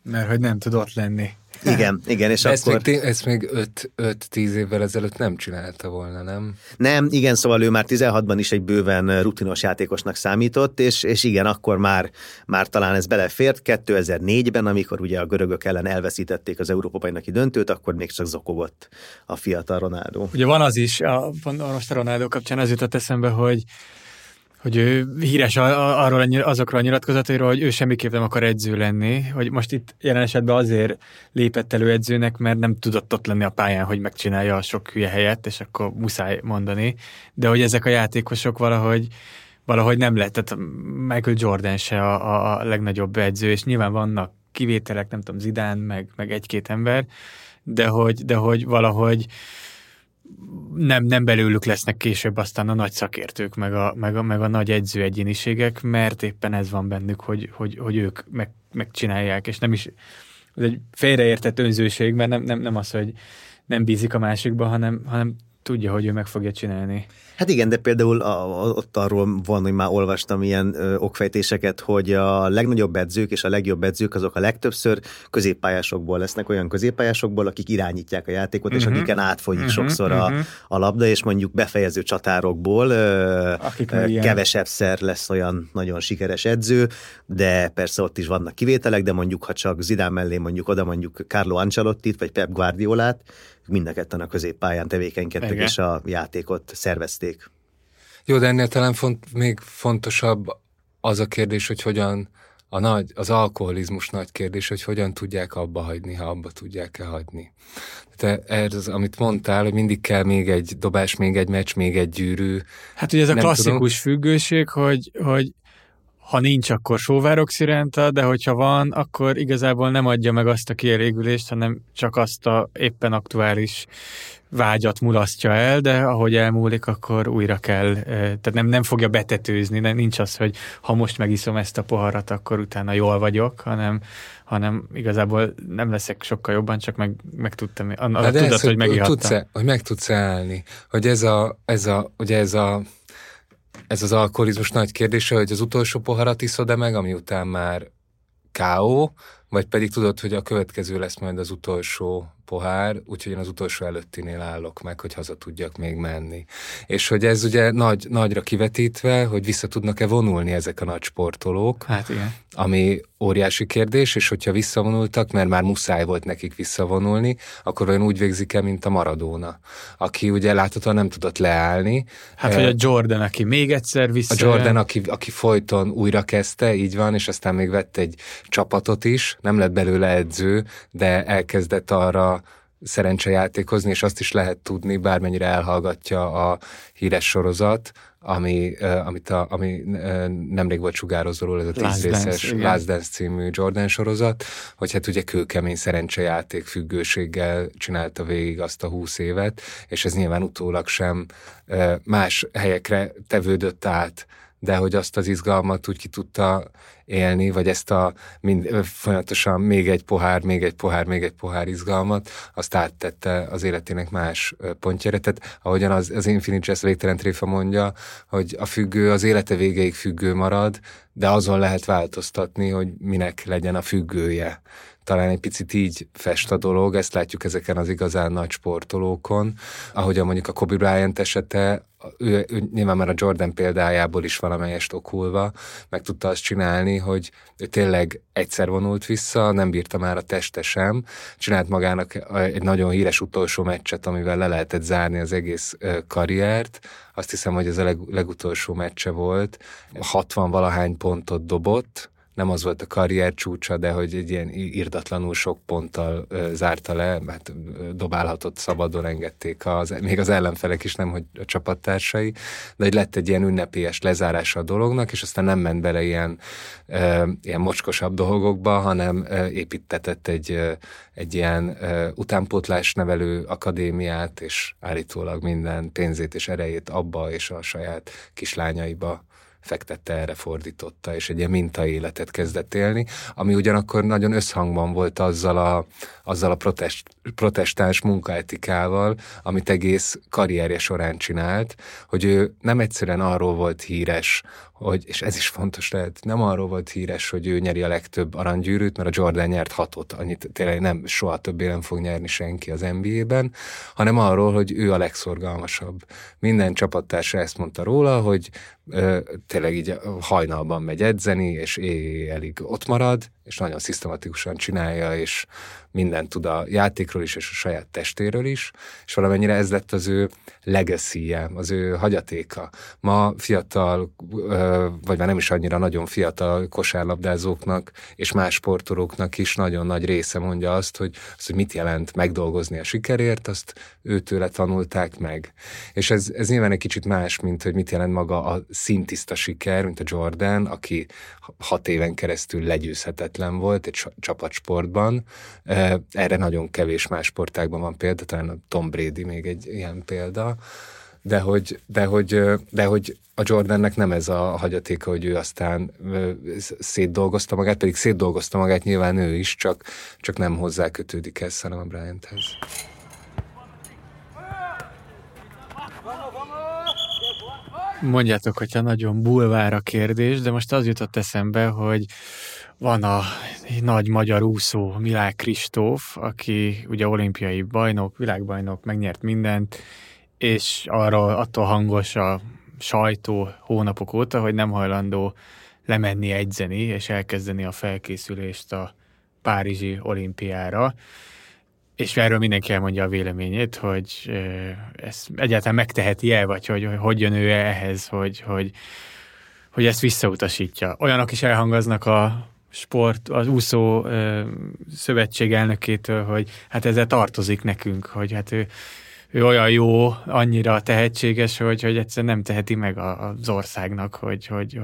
Mert hogy nem tud ott lenni. Igen, és akkor... Ezt még 5-10 évvel ezelőtt nem csinálta volna, nem? Nem, igen, szóval ő már 16-ban is egy bőven rutinos játékosnak számított, és igen, akkor már talán ez belefért. 2004-ben, amikor ugye a görögök ellen elveszítették az Európa-bajnoki döntőt, akkor még csak zokogott a fiatal Ronaldo. Ugye van az is, most a Ronaldo kapcsán az jutott eszembe, hogy ő híres azokról a nyilatkozatairól, hogy ő semmiképp nem akar edző lenni, hogy most itt jelen esetben azért lépett elő edzőnek, mert nem tudott ott lenni a pályán, hogy megcsinálja a sok hülye helyet, és akkor muszáj mondani, de hogy ezek a játékosok valahogy nem lett, tehát Michael Jordan se a legnagyobb edző, és nyilván vannak kivételek, nem tudom, Zidane, meg egy-két ember, de hogy valahogy nem belőlük lesznek később aztán a nagy szakértők, meg a nagy edző egyéniségek, mert éppen ez van bennük, hogy ők megcsinálják, és nem is, ez egy félreértett önzőség, mert nem az, hogy nem bízik a másikba, hanem tudja, hogy ő meg fogja csinálni. Hát igen, de például ott arról van, hogy már olvastam ilyen okfejtéseket, hogy a legnagyobb edzők és a legjobb edzők azok a legtöbbször középpályásokból lesznek, olyan középpályásokból, akik irányítják a játékot, és akiken átfolyik sokszor a labda, és mondjuk befejező csatárokból kevesebbszer lesz olyan nagyon sikeres edző, de persze ott is vannak kivételek, de mondjuk, ha csak Zidane mellé mondjuk Carlo Ancelottit, vagy Pep Guardiolát, mind a ketten a középpályán tevékenykedtek, és a játékot szervezték. Jó, de ennél talán még fontosabb az a kérdés, hogy hogyan az alkoholizmus nagy kérdés, hogy hogyan tudják abba hagyni, ha abba tudják-e hagyni. Tehát ez, amit mondtál, hogy mindig kell még egy dobás, még egy meccs, még egy gyűrű. Hát ugye ez a klasszikus függőség, hogy ha nincs, akkor sóvároxirenta, de hogyha van, akkor igazából nem adja meg azt a kielégülést, hanem csak azt a éppen aktuális vágyat mulasztja el, de ahogy elmúlik, akkor újra kell, tehát nem fogja betetőzni, nincs az, hogy ha most megiszom ezt a poharat, akkor utána jól vagyok, hanem igazából nem leszek sokkal jobban, csak meg tudtam, tudat, hogy megihattam. Hogy meg tudsz állni, hogy ez az alkoholizmus nagy kérdése, hogy az utolsó poharat iszod-e meg, ami után már K.O., vagy pedig tudod, hogy a következő lesz majd az utolsó pohár, úgyhogy én az utolsó előttinél állok meg, hogy haza tudjak még menni. És hogy ez ugye nagyra kivetítve, hogy vissza tudnak-e vonulni ezek a nagy sportolók, hát igen. Ami óriási kérdés, és hogyha visszavonultak, mert már muszáj volt nekik visszavonulni, akkor olyan úgy végzik-e, mint a Maradona, aki ugye láthatóan nem tudott leállni. Hát vagy a Jordan, aki még egyszer visszajön. A Jordan, aki folyton újra kezdte, így van, és aztán még vett egy csapatot is, nem lett belőle edző, de elkezdett arra szerencsejátékozni, és azt is lehet tudni, bármennyire elhallgatja a híres sorozat, ami nemrég volt sugározóról, ez a 10 részes Last Dance című Jordan sorozat, hogy hát ugye kőkemény szerencsejáték függőséggel csinálta végig azt a 20 évet, és ez nyilván utólag sem más helyekre tevődött át, de hogy azt az izgalmat úgy ki tudta élni, vagy ezt folyamatosan még egy pohár izgalmat, azt áttette az életének más pontjára. Tehát ahogyan az Infinite Jest végtelen tréfa mondja, hogy a függő az élete végéig függő marad, de azon lehet változtatni, hogy minek legyen a függője. Talán egy picit így fest a dolog, ezt látjuk ezeken az igazán nagy sportolókon. Ahogyan mondjuk a Kobe Bryant esete, ő nyilván már a Jordan példájából is valamelyest okulva meg tudta azt csinálni, hogy ő tényleg egyszer vonult vissza, nem bírta már a teste sem, csinált magának egy nagyon híres utolsó meccset, amivel le lehetett zárni az egész karriert. Azt hiszem, hogy ez a legutolsó meccse volt. 60-valahány pontot dobott, nem az volt a karrier csúcsa, de hogy egy ilyen irdatlanul sok ponttal zárta le, hát dobálhatott, szabadon engedték még az ellenfelek is, nem hogy a csapattársai, de hogy lett egy ilyen ünnepélyes lezárása a dolognak, és aztán nem ment bele ilyen mocskosabb dolgokba, hanem építetett egy ilyen utánpótlás nevelő akadémiát, és állítólag minden pénzét és erejét abba és a saját kislányaiba fektette erre, fordította, és egy ilyen mintaéletet kezdett élni, ami ugyanakkor nagyon összhangban volt azzal a protestáns munkaetikával, amit egész karrierje során csinált, hogy ő nem egyszerűen arról volt híres, és ez is fontos lehet, nem arról volt híres, hogy ő nyeri a legtöbb aranygyűrűt, mert a Jordan nyert 6-ot, annyit tényleg nem, soha többé nem fog nyerni senki az NBA-ben, hanem arról, hogy ő a legszorgalmasabb. Minden csapattársa ezt mondta róla, hogy tényleg így hajnalban megy edzeni, és éjjelig ott marad, és nagyon szisztematikusan csinálja, és mindent tud a játékról is, és a saját testéről is, és valamennyire ez lett az ő legacy-je, az ő hagyatéka. Ma fiatal, vagy már nem is annyira nagyon fiatal kosárlabdázóknak, és más sportolóknak is nagyon nagy része mondja azt, hogy mit jelent megdolgozni a sikerért, azt őtőle tanulták meg. És ez nyilván egy kicsit más, mint hogy mit jelent maga a szintiszta siker, mint a Jordan, aki 6 éven keresztül legyőzhetetlen volt egy csapatsportban. Erre nagyon kevés más sportágban van példa, talán a Tom Brady még egy ilyen példa, de hogy a Jordannek nem ez a hagyatéka, hogy ő aztán szétdolgozta magát, pedig szétdolgozta magát nyilván ő is, csak nem hozzá kötődik ez, hanem a Bryanthez. Mondjátok, hogyha nagyon bulvár a kérdés, de most az jutott eszembe, hogy van a nagy magyar úszó Milák Kristóf, aki ugye olimpiai bajnok, világbajnok, megnyert mindent, és attól hangos a sajtó hónapok óta, hogy nem hajlandó lemenni edzeni, és elkezdeni a felkészülést a párizsi olimpiára. És erről mindenki elmondja a véleményét, hogy ezt egyáltalán megteheti-e, vagy hogy jön ő ehhez, hogy ezt visszautasítja. Olyanok is elhangoznak az úszó szövetség elnökétől, hogy hát ezzel tartozik nekünk, hogy hát ő olyan jó, annyira tehetséges, hogy egyszerűen nem teheti meg az országnak, hogy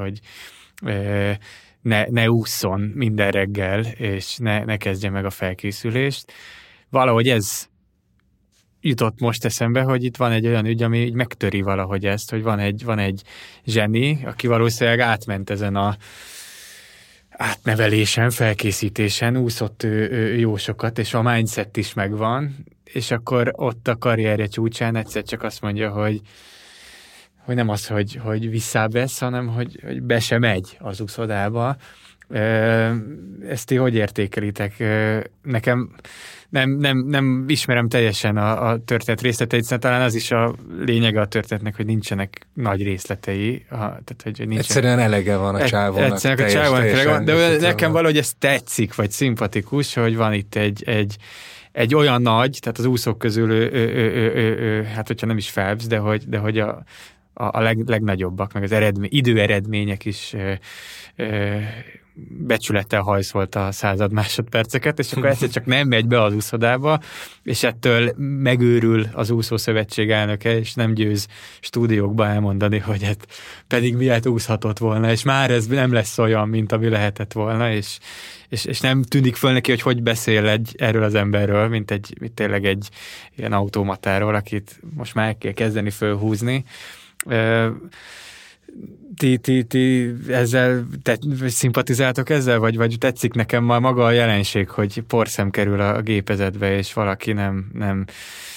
ne ússzon minden reggel, és ne kezdje meg a felkészülést. Valahogy ez jutott most eszembe, hogy itt van egy olyan ügy, ami így megtöri valahogy ezt, hogy van egy zseni, aki valószínűleg átment ezen a átnevelésen, felkészítésen, úszott ő jó sokat, és a mindset is megvan, és akkor ott a karrierje csúcsán egyszer csak azt mondja, hogy nem az, hogy visszábesz, hanem hogy be se megy az úszodába. Ezt ti hogy értékelitek? Nekem nem ismerem teljesen a történet részleteit, talán az is a lényege a történetnek, hogy nincsenek nagy részletei. Tehát, hogy nincsen... Egyszerűen elege van a csávónak. Egyszerűen a csávónak elege van, de nekem valahogy ez tetszik, vagy szimpatikus, hogy van itt egy olyan nagy, tehát az úszók közül hát hogyha nem is Phelps, de hogy a legnagyobbak, meg az időeredmények is becsülettel hajszolta a 100 másodperceket, és akkor egyszer csak nem megy be az úszodába, és ettől megőrül az úszószövetség elnöke, és nem győz stúdiókba elmondani, hogy hát pedig miért úszhatott volna, és már ez nem lesz olyan, mint ami lehetett volna, és nem tűnik föl neki, hogy beszél erről az emberről, mint tényleg egy ilyen automatáról, akit most már el kell kezdeni fölhúzni. Ti ezzel szimpatizáltok ezzel, vagy tetszik nekem ma maga a jelenség, hogy porszem kerül a gépezetbe, és valaki nem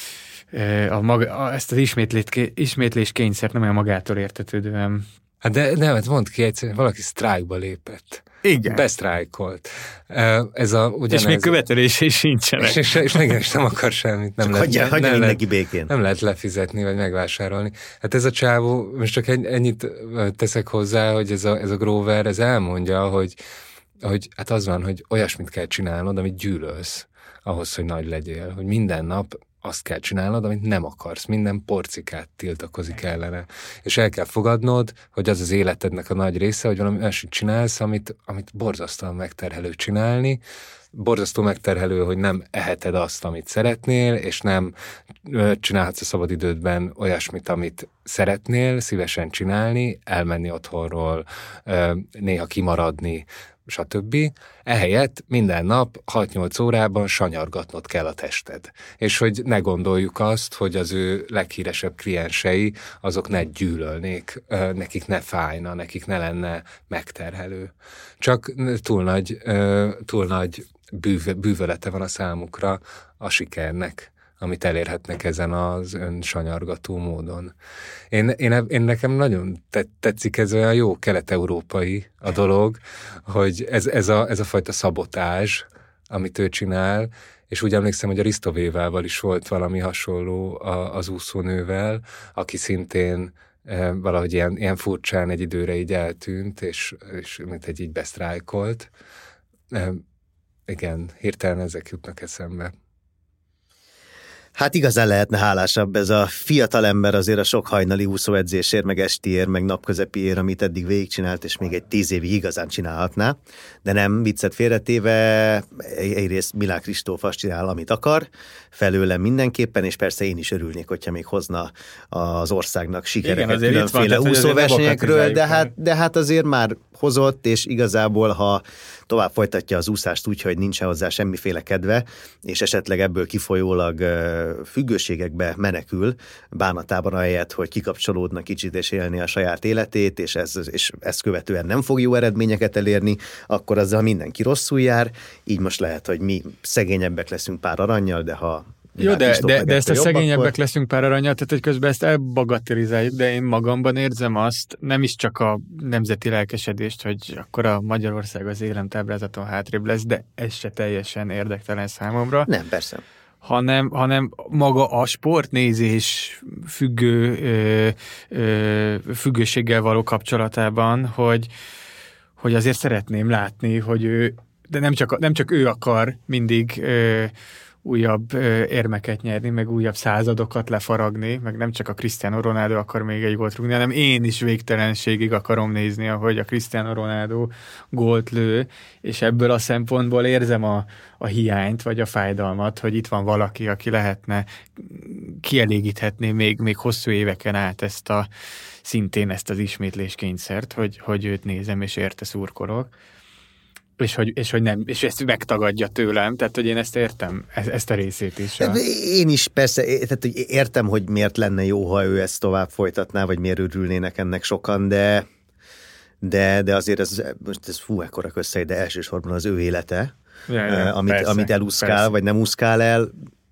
ezt az ismétlés kényszert nem olyan magától értetődően. Hát de nem, mondd ki egyszerűen, valaki sztrájkba lépett. Igen. Besztrájkolt. És még követelései sincsenek. És nem akar semmit. Nem lehet lefizetni, vagy megvásárolni. Hát ez a csávó, most csak ennyit teszek hozzá, hogy ez a Grover, ez elmondja, hogy hát az van, hogy olyasmit kell csinálnod, amit gyűlölsz, ahhoz, hogy nagy legyél. Hogy minden nap azt kell csinálnod, amit nem akarsz. Minden porcikát tiltakozik ellene. És el kell fogadnod, hogy az életednek a nagy része, hogy valami olyasmit csinálsz, amit borzasztóan megterhelő csinálni, borzasztó megterhelő, hogy nem eheted azt, amit szeretnél, és nem csinálhatsz a szabadidődben olyasmit, amit szeretnél szívesen csinálni, elmenni otthonról, néha kimaradni, stb. Ehelyett minden nap 6-8 órában sanyargatnod kell a tested. És hogy ne gondoljuk azt, hogy az ő leghíresebb kliensei azok ne gyűlölnék, nekik ne fájna, nekik ne lenne megterhelő. Csak túl nagy bűvölete van a számukra a sikernek, amit elérhetnek ezen az önsanyargató módon. Én nekem nagyon tetszik ez olyan jó kelet-európai a dolog, hogy ez a fajta szabotázs, amit ő csinál, és úgy emlékszem, hogy a Risztovévával is volt valami hasonló az úszónővel, aki szintén valahogy ilyen furcsán egy időre így eltűnt, és mint egy így besztrájkolt. Igen, hirtelen ezek jutnak eszembe. Hát igazán lehetne hálásabb ez a fiatal ember azért a sok hajnali úszóedzésért, meg estiért, meg napközepiért, amit eddig végigcsinált, és még egy 10 évig igazán csinálhatná. De nem, viccet félretéve, egyrészt Milák Kristóf azt csinál, amit akar, felőlem mindenképpen, és persze én is örülnék, hogyha még hozna az országnak sikereket különféle úszóversenyekről, de hát azért már hozott, és igazából, ha tovább folytatja az úszást úgy, hogy nincs hozzá semmiféle kedve, és esetleg ebből kifolyólag függőségekbe menekül bánatában ahelyett, hogy kikapcsolódna kicsit és élni a saját életét, és ezt követően nem fog jó eredményeket elérni, akkor azzal mindenki rosszul jár, így most lehet, hogy mi szegényebbek leszünk pár arannyal, de ha jó, de ezt a szegényebbek leszünk pár aranyat, tehát hogy közben ezt elbagatelizáljuk, de én magamban érzem azt, nem is csak a nemzeti lelkesedést, hogy akkor a Magyarország az életemtáblázaton hátrébb lesz, de ez se teljesen érdektelen számomra. Nem, persze. Hanem maga a sportnézés függőséggel való kapcsolatában, hogy azért szeretném látni, hogy ő, de nem csak ő akar mindig újabb érmeket nyerni, meg újabb századokat lefaragni, meg nem csak a Cristiano Ronaldo akar még egy gólt rúgni, hanem én is végtelenségig akarom nézni, ahogy a Cristiano Ronaldo gólt lő, és ebből a szempontból érzem a hiányt, vagy a fájdalmat, hogy itt van valaki, aki lehetne kielégíthetné még hosszú éveken át szintén ezt az ismétléskényszert, hogy őt nézem, és érte szurkolok. És ezt megtagadja tőlem, tehát hogy én ezt értem, ezt a részét is. Én is persze, tehát hogy értem, hogy miért lenne jó, ha ő ezt tovább folytatná, vagy miért örülnének ennek sokan, de azért ez ekkora közszei, de elsősorban az ő élete, amit elúszkál, vagy nem úszkál el,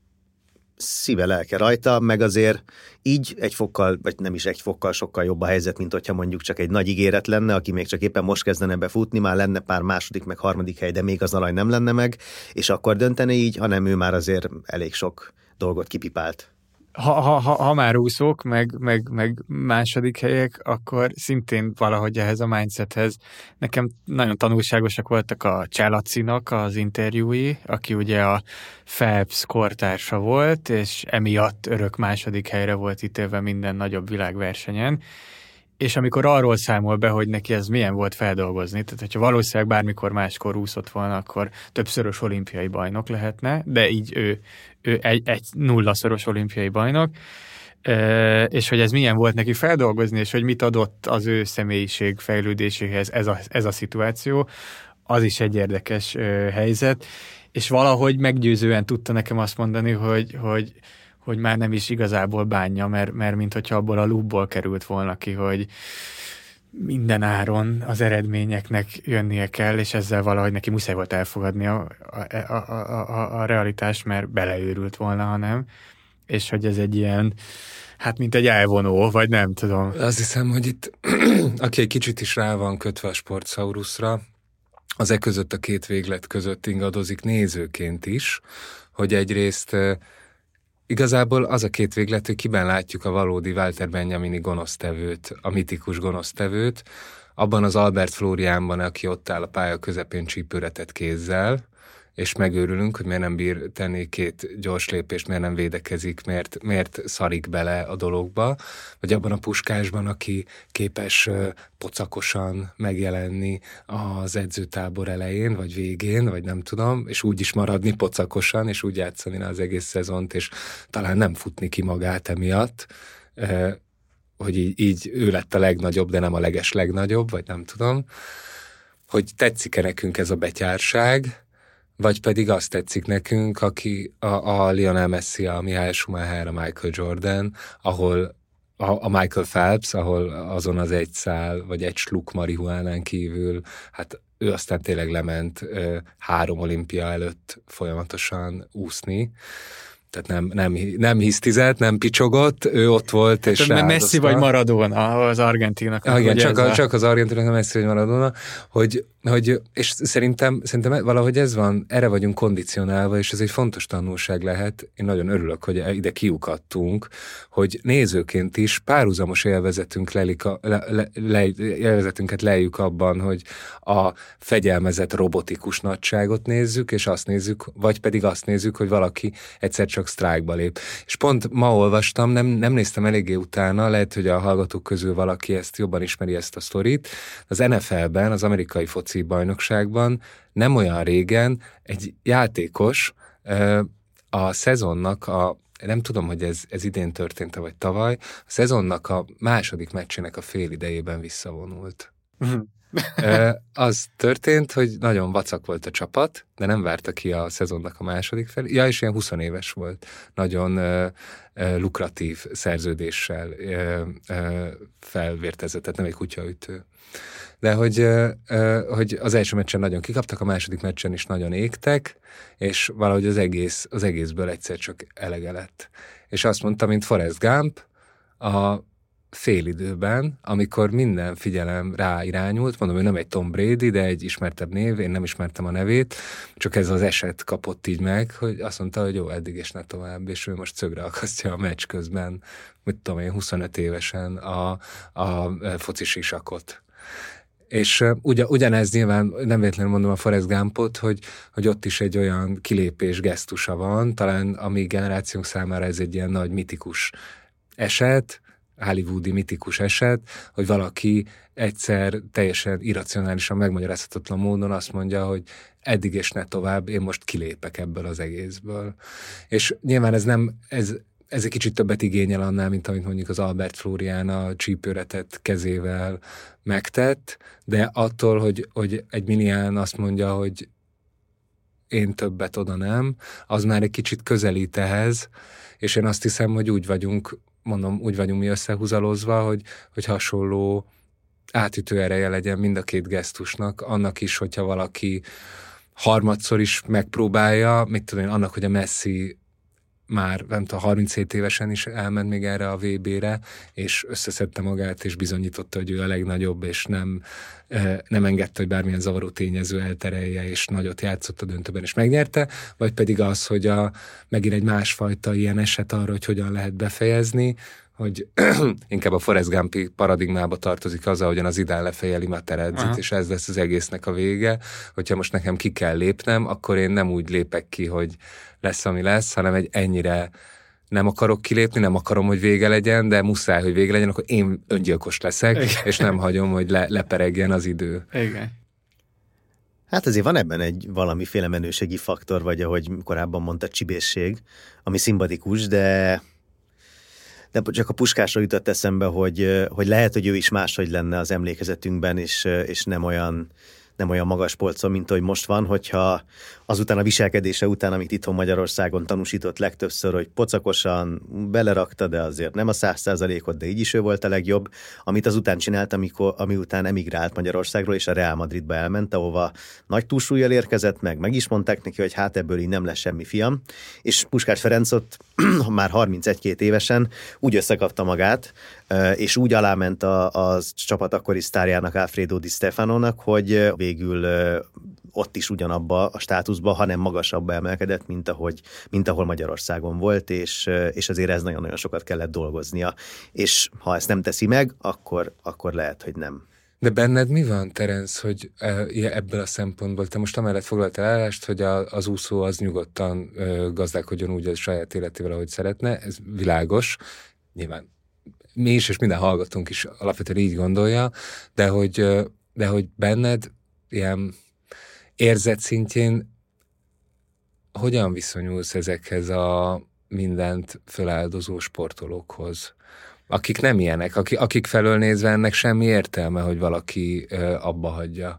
szíve lelke rajta, meg azért így egy fokkal, vagy nem is egy fokkal sokkal jobb a helyzet, mint hogyha mondjuk csak egy nagy ígéret lenne, aki még csak éppen most kezdene befutni, már lenne pár második, meg harmadik hely, de még az arany nem lenne meg, és akkor döntene így, hanem ő már azért elég sok dolgot kipipált. Ha már úszók, meg második helyek, akkor szintén valahogy ehhez a mindsethez. Nekem nagyon tanulságosak voltak a Cselacinak az interjúi, aki ugye a Phelps kortársa volt, és emiatt örök második helyre volt ítélve minden nagyobb világversenyen. És amikor arról számol be, hogy neki ez milyen volt feldolgozni, tehát hogyha valószínűleg bármikor máskor úszott volna, akkor többszörös olimpiai bajnok lehetne, de így ő egy nullaszoros olimpiai bajnok, és hogy ez milyen volt neki feldolgozni, és hogy mit adott az ő személyiség fejlődéséhez ez a szituáció, az is egy érdekes helyzet, és valahogy meggyőzően tudta nekem azt mondani, hogy már nem is igazából bánja, mert minthogyha abból a loopból került volna ki, hogy minden áron az eredményeknek jönnie kell, és ezzel valahogy neki muszáj volt elfogadni a realitást, mert beleőrült volna, hanem, és hogy ez egy ilyen, hát mint egy elvonó, vagy nem tudom. Azt hiszem, hogy itt, aki egy kicsit is rá van kötve a Sportsaurusra, az között a két véglet között ingadozik nézőként is, hogy egyrészt igazából az a két véglet, hogy kiben látjuk a valódi Walter Benjamini gonosztevőt, a mitikus gonosztevőt, abban az Albert Flóriánban, aki ott áll a pálya közepén csípőretett kézzel, és megőrülünk, hogy miért nem bír tenni 2 gyors lépést, miért nem védekezik, miért szarik bele a dologba, vagy abban a Puskásban, aki képes pocakosan megjelenni az edzőtábor elején, vagy végén, vagy nem tudom, és úgy is maradni pocakosan, és úgy játszani az egész szezont, és talán nem futni ki magát emiatt, hogy így ő lett a legnagyobb, de nem a legnagyobb, vagy nem tudom, hogy tetszik-e nekünk ez a betyárság, vagy pedig azt tetszik nekünk, aki a Lionel Messi, a Michael Schumacher, a Michael Jordan, ahol a Michael Phelps, ahol azon az egy szál, vagy egy sluk marihuánán kívül, hát ő aztán tényleg lement 3 olimpia előtt folyamatosan úszni, tehát nem hisztizett, nem picsogott, ő ott volt, és ráadozta. Messi vagy Maradona az argentinnak. Igen, csak az argentinnak, a Messi vagy Maradona, hogy és szerintem valahogy ez van, erre vagyunk kondicionálva, és ez egy fontos tanulság lehet. Én nagyon örülök, hogy ide kiukadtunk, hogy nézőként is párhuzamos élvezetünket lejjük abban, hogy a fegyelmezett robotikus nagyságot nézzük, és azt nézzük, vagy pedig azt nézzük, hogy valaki egyszer csak sztrájkba lép. És pont ma olvastam, nem néztem eléggé utána, lehet, hogy a hallgatók közül valaki ezt jobban ismeri, ezt a sztorit. Az NFL-ben, az amerikai foci bajnokságban nem olyan régen egy játékos a szezonnak nem tudom, hogy ez idén történt-e, vagy tavaly, a szezonnak a második meccsének a fél idejében visszavonult. Az történt, hogy nagyon vacak volt a csapat, de nem várta ki a szezonnak a második fel. Ja, és ilyen 20 éves volt. Nagyon lukratív szerződéssel felvértezett, tehát nem egy kutyaütő. De hogy az első meccsen nagyon kikaptak, a második meccsen is nagyon égtek, és valahogy az egészből egyszer csak elege lett. És azt mondta, mint Forrest Gump, a félidőben, amikor minden figyelem ráirányult, mondom, ő nem egy Tom Brady, de egy ismertebb név, én nem ismertem a nevét, csak ez az eset kapott így meg, hogy azt mondta, hogy jó, eddig és ne tovább, és ő most szögre akasztja a meccs közben, mit tudom én, 25 évesen a foci sisakot. És ugyanez nyilván, nem véletlenül mondom a Forrest Gumpot, hogy ott is egy olyan kilépés gesztusa van, talán a mi generációnk számára ez egy ilyen nagy mitikus eset, hollywoodi mitikus eset, hogy valaki egyszer teljesen irracionálisan, megmagyarázhatatlan módon azt mondja, hogy eddig és ne tovább, én most kilépek ebből az egészből. És nyilván ez egy kicsit többet igényel annál, mint amit mondjuk az Albert Flórián a csípőre tett kezével megtett, de attól, hogy egy Milián azt mondja, hogy én többet oda nem, az már egy kicsit közelít ehhez, és én azt hiszem, hogy úgy vagyunk mi összehúzalozva, hogy hasonló átütő ereje legyen mind a két gesztusnak, annak is, hogyha valaki harmadszor is megpróbálja, mit tudom én, annak, hogy a Messi már, nem tudom, 37 évesen is elment még erre a VB-re, és összeszedte magát, és bizonyította, hogy ő a legnagyobb, és nem engedte, hogy bármilyen zavaró tényező elterelje, és nagyot játszott a döntőben, és megnyerte, vagy pedig az, hogy megint egy másfajta ilyen eset arra, hogy hogyan lehet befejezni, hogy inkább a Forrest Gumpi paradigmába tartozik az, ahogyan az Zidane lefejeli Materazzit, és ez lesz az egésznek a vége. Hogyha most nekem ki kell lépnem, akkor én nem úgy lépek ki, hogy lesz, ami lesz, hanem egy ennyire nem akarok kilépni, nem akarom, hogy vége legyen, de muszáj, hogy vége legyen, akkor én öngyilkos leszek, igen. És nem hagyom, hogy leperegjen az idő. Igen. Hát azért van ebben egy valamiféle menőségi faktor, vagy ahogy korábban mondta, csibészség, ami szimpatikus, de csak a Puskásra jutott eszembe, hogy lehet, hogy ő is máshogy lenne az emlékezetünkben, és nem olyan magas polcon, mint ahogy most van, hogyha azután a viselkedése után, amit itthon Magyarországon tanúsított legtöbbször, hogy pocakosan belerakta, de azért nem a 100%-ot, de így is ő volt a legjobb, amit azután csinált, ami után emigrált Magyarországról, és a Real Madridba elment, ahova nagy túlsúllyal érkezett, meg is mondták neki, hogy hát ebből így nem lesz semmi, fiam. És Puskás Ferencot már 31-2 évesen úgy összekapta magát, és úgy aláment a csapat akkori sztárjának, Alfredo Di Stefanónak, hogy végül ott is ugyanabba a státuszba, hanem magasabbba emelkedett, mint ahol Magyarországon volt, és azért ez nagyon-nagyon sokat kellett dolgoznia. És ha ezt nem teszi meg, akkor lehet, hogy nem. De benned mi van, Terence, hogy ebből a szempontból te most amellett foglaltál állást, hogy az úszó az nyugodtan gazdálkodjon úgy a saját életével, ahogy szeretne, ez világos, nyilván mi is, és minden hallgatónk is alapvetően így gondolja, de hogy benned ilyen érzet szintjén hogyan viszonyulsz ezekhez a mindent feláldozó sportolókhoz, akik nem ilyenek, akik felől nézve ennek semmi értelme, hogy valaki abba hagyja?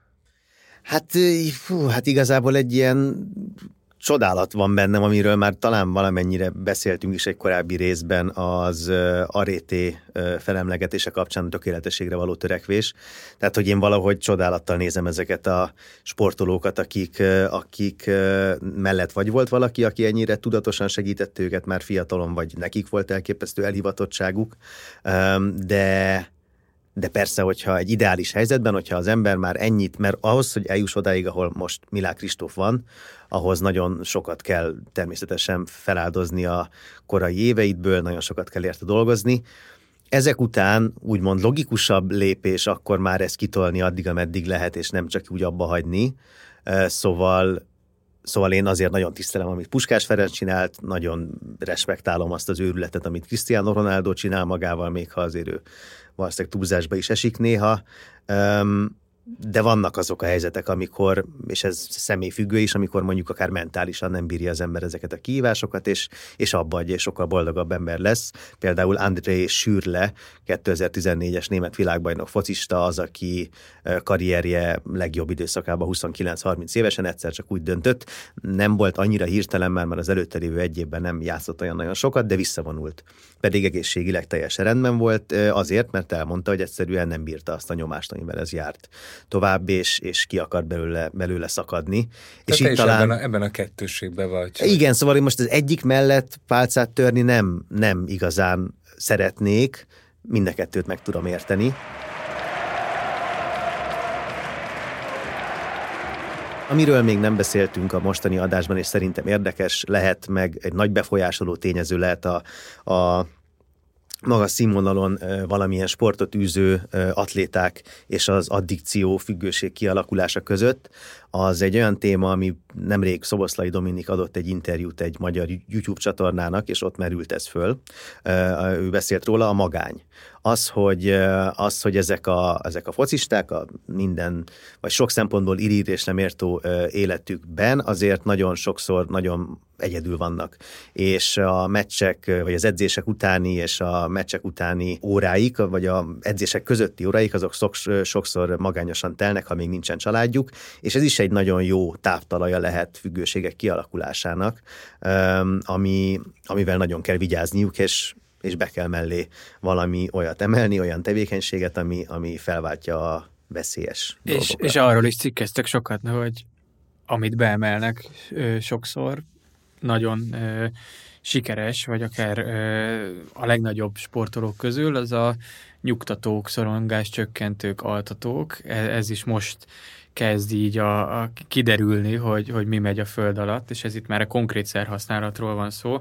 Hát igazából egy ilyen csodálat van bennem, amiről már talán valamennyire beszéltünk is egy korábbi részben, az arété felemlegetése kapcsán a tökéletességre való törekvés. Tehát, hogy én valahogy csodálattal nézem ezeket a sportolókat, akik mellett vagy volt valaki, aki ennyire tudatosan segítette őket már fiatalon, vagy nekik volt elképesztő elhivatottságuk, de persze, hogyha egy ideális helyzetben, hogyha az ember már ennyit, mert ahhoz, hogy eljuss odáig, ahol most Milák Kristóf van, ahhoz nagyon sokat kell természetesen feláldozni a korai éveidből, nagyon sokat kell érte dolgozni. Ezek után úgymond logikusabb lépés akkor már ezt kitolni addig, ameddig lehet, és nem csak úgy abba hagyni. Szóval én azért nagyon tisztelem, amit Puskás Ferenc csinált, nagyon respektálom azt az őrületet, amit Cristiano Ronaldo csinál magával, még ha azért ő valószínűleg túlzásba is esik néha, de vannak azok a helyzetek, amikor, és ez személyfüggő is, amikor mondjuk akár mentálisan nem bírja az ember ezeket a kihívásokat, és abba adja, és sokkal boldogabb ember lesz. Például André Schürrle, 2014-es német világbajnok focista, az, aki karrierje legjobb időszakában 29-30 évesen egyszer csak úgy döntött. Nem volt annyira hirtelen már az előtte lévő egy évben nem játszott olyan nagyon sokat, de visszavonult. Pedig egészségileg teljesen rendben volt, azért, mert elmondta, hogy egyszerűen nem bírta azt a nyomást, amivel ez járt tovább, és ki akar belőle szakadni. Tehát és itt talán ebben a kettősségben vagy. Igen, szóval én most az egyik mellett pálcát törni nem igazán szeretnék, mind a kettőt meg tudom érteni. Amiről még nem beszéltünk a mostani adásban, és szerintem érdekes lehet, meg egy nagy befolyásoló tényező lehet a magas színvonalon valamilyen sportot űző atléták és az addikció függőség kialakulása között, az egy olyan téma, ami nemrég Szoboszlai Dominik adott egy interjút egy magyar YouTube csatornának, és ott merült ez föl. Ő beszélt róla, a magány. Az, hogy ezek a focisták a minden, vagy sok szempontból irítésre méltó életükben azért nagyon sokszor nagyon egyedül vannak. És a meccsek, vagy az edzések utáni, és a meccsek utáni óráik, vagy a edzések közötti óráik, azok sokszor magányosan telnek, ha még nincsen családjuk, és ez is egy nagyon jó táptalaja lehet függőségek kialakulásának, amivel nagyon kell vigyázniuk, és be kell mellé valami olyat emelni, olyan tevékenységet, ami felváltja a veszélyes dolgokat. És arról is cikkeztek sokat, hogy amit beemelnek sokszor, nagyon sikeres, vagy akár a legnagyobb sportolók közül, az a nyugtatók, szorongáscsökkentők, altatók. Ez is most kezd így kiderülni, hogy mi megy a föld alatt, és ez itt már a konkrét szerhasználatról van szó.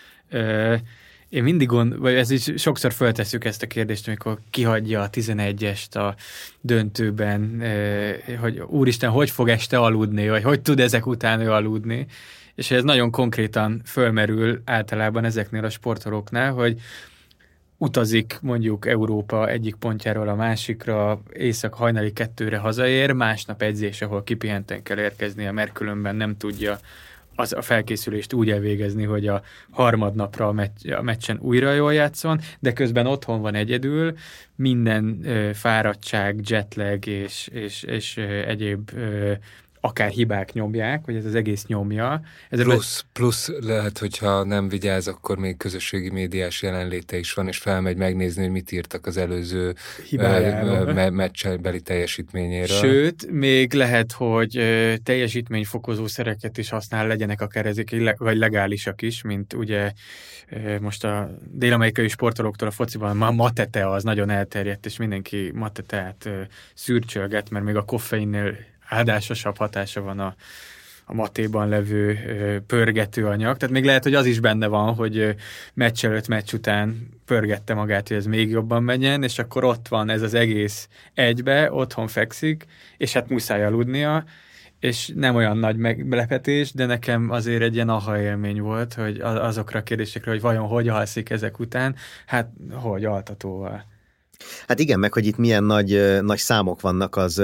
Én mindig vagy ez is sokszor föltesszük ezt a kérdést, amikor kihagyja a 11-est a döntőben, hogy úristen, hogy fog este aludni, vagy hogy tud ezek után ő aludni, és ez nagyon konkrétan fölmerül általában ezeknél a sportolóknál, hogy utazik mondjuk Európa egyik pontjáról a másikra, hajnali 2-re hazaér, másnap edzés, ahol kipihenten kell érkeznie, mert különben nem tudja a felkészülést úgy elvégezni, hogy a harmadnapra a meccsen újra jól játszon, de közben otthon van egyedül, minden fáradtság, jetlag és egyéb akár hibák nyomják, vagy ez az egész nyomja. Plusz lehet, hogyha nem vigyáz, akkor még közösségi médiás jelenléte is van, és felmegy megnézni, hogy mit írtak az előző meccsbeli teljesítményéről. Sőt, még lehet, hogy teljesítményfokozó szereket is használ, legyenek akár ezek, vagy legálisak is, mint ugye most a dél-amerikai sportolóktól a fociban a matete az nagyon elterjedt, és mindenki mateteát szürcsölget, mert még a koffeinnél áldásosabb hatása van a matéban levő pörgetőanyag. Tehát még lehet, hogy az is benne van, hogy meccs előtt, meccs után pörgette magát, hogy ez még jobban menjen, és akkor ott van ez az egész egybe, otthon fekszik, és hát muszáj aludnia, és nem olyan nagy meglepetés, de nekem azért egy ilyen aha élmény volt, hogy azokra a kérdésekre, hogy vajon hogy alszik ezek után, hát hogy altatóval. Hát igen, meg hogy itt milyen nagy számok vannak, az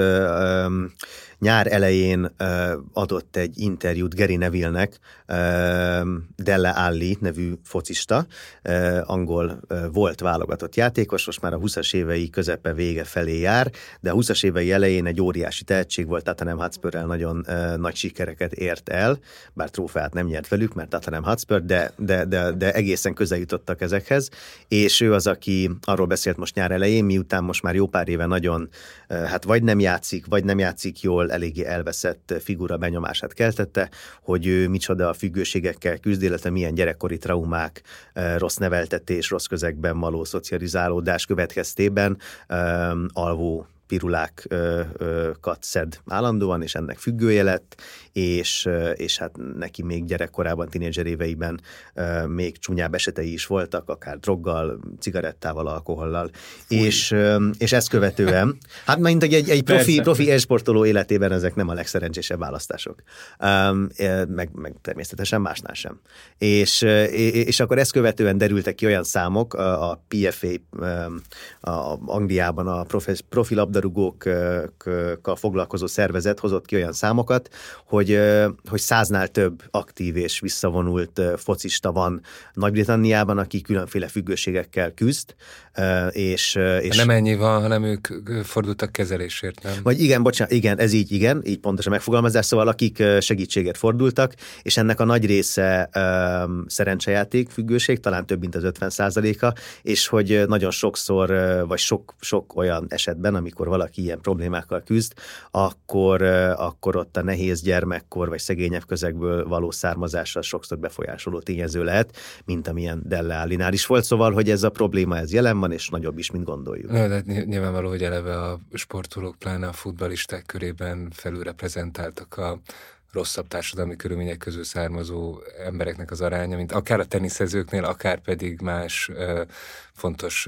nyár elején adott egy interjút Gary Neville-nek, Dele Alli nevű focista, angol volt válogatott játékos, most már a 20-as évei közepe vége felé jár, de a 20-as évei elején egy óriási tehetség volt, Tottenham Hotspurrel nagyon nagy sikereket ért el, bár trófeát nem nyert velük, mert Tottenham Hotspur, de egészen közel jutottak ezekhez, és ő az, aki arról beszélt most nyár elején, miután most már jó pár éve nagyon, hát vagy nem játszik jól, eléggé elveszett figura benyomását keltette, hogy ő micsoda a függőségekkel küzd, illetve milyen gyerekkori traumák, rossz neveltetés, rossz közegben való szocializálódás következtében alvó pirulákat szed állandóan, és ennek függője lett, és hát neki még gyerekkorában, tínédzser éveiben még csúnyább esetei is voltak, akár droggal, cigarettával, alkohollal, és ezt követően, hát mint egy profi e-sportoló életében ezek nem a legszerencsésebb választások. Meg természetesen másnál sem. És akkor ezt követően derültek ki olyan számok, a PFA a Angliában a profi labdarúgókkal foglalkozó szervezet hozott ki olyan számokat, hogy 100-nál több aktív és visszavonult focista van Nagy-Britanniában, aki különféle függőségekkel küzd. És nem ennyi van, hanem ők fordultak kezelésért, nem? Vagy igen, ez így pontosan megfogalmazás, szóval akik segítségért fordultak, és ennek a nagy része szerencsejáték függőség, talán több mint az 50%-a, és hogy nagyon sokszor, vagy sok olyan esetben, amikor valaki ilyen problémákkal küzd, akkor ott a nehéz gyermekkor, vagy szegényebb közegből való származással sokszor befolyásoló tényező lehet, mint amilyen Dele Allinál is volt, szóval, hogy ez a probléma, ez jelen van, és nagyobb is, mint gondoljuk. De nyilvánvaló, hogy eleve a sportolók, pláne a futballisták körében felülreprezentáltak a rosszabb társadalmi körülmények közül származó embereknek az aránya, mint akár a teniszezőknél, akár pedig más fontos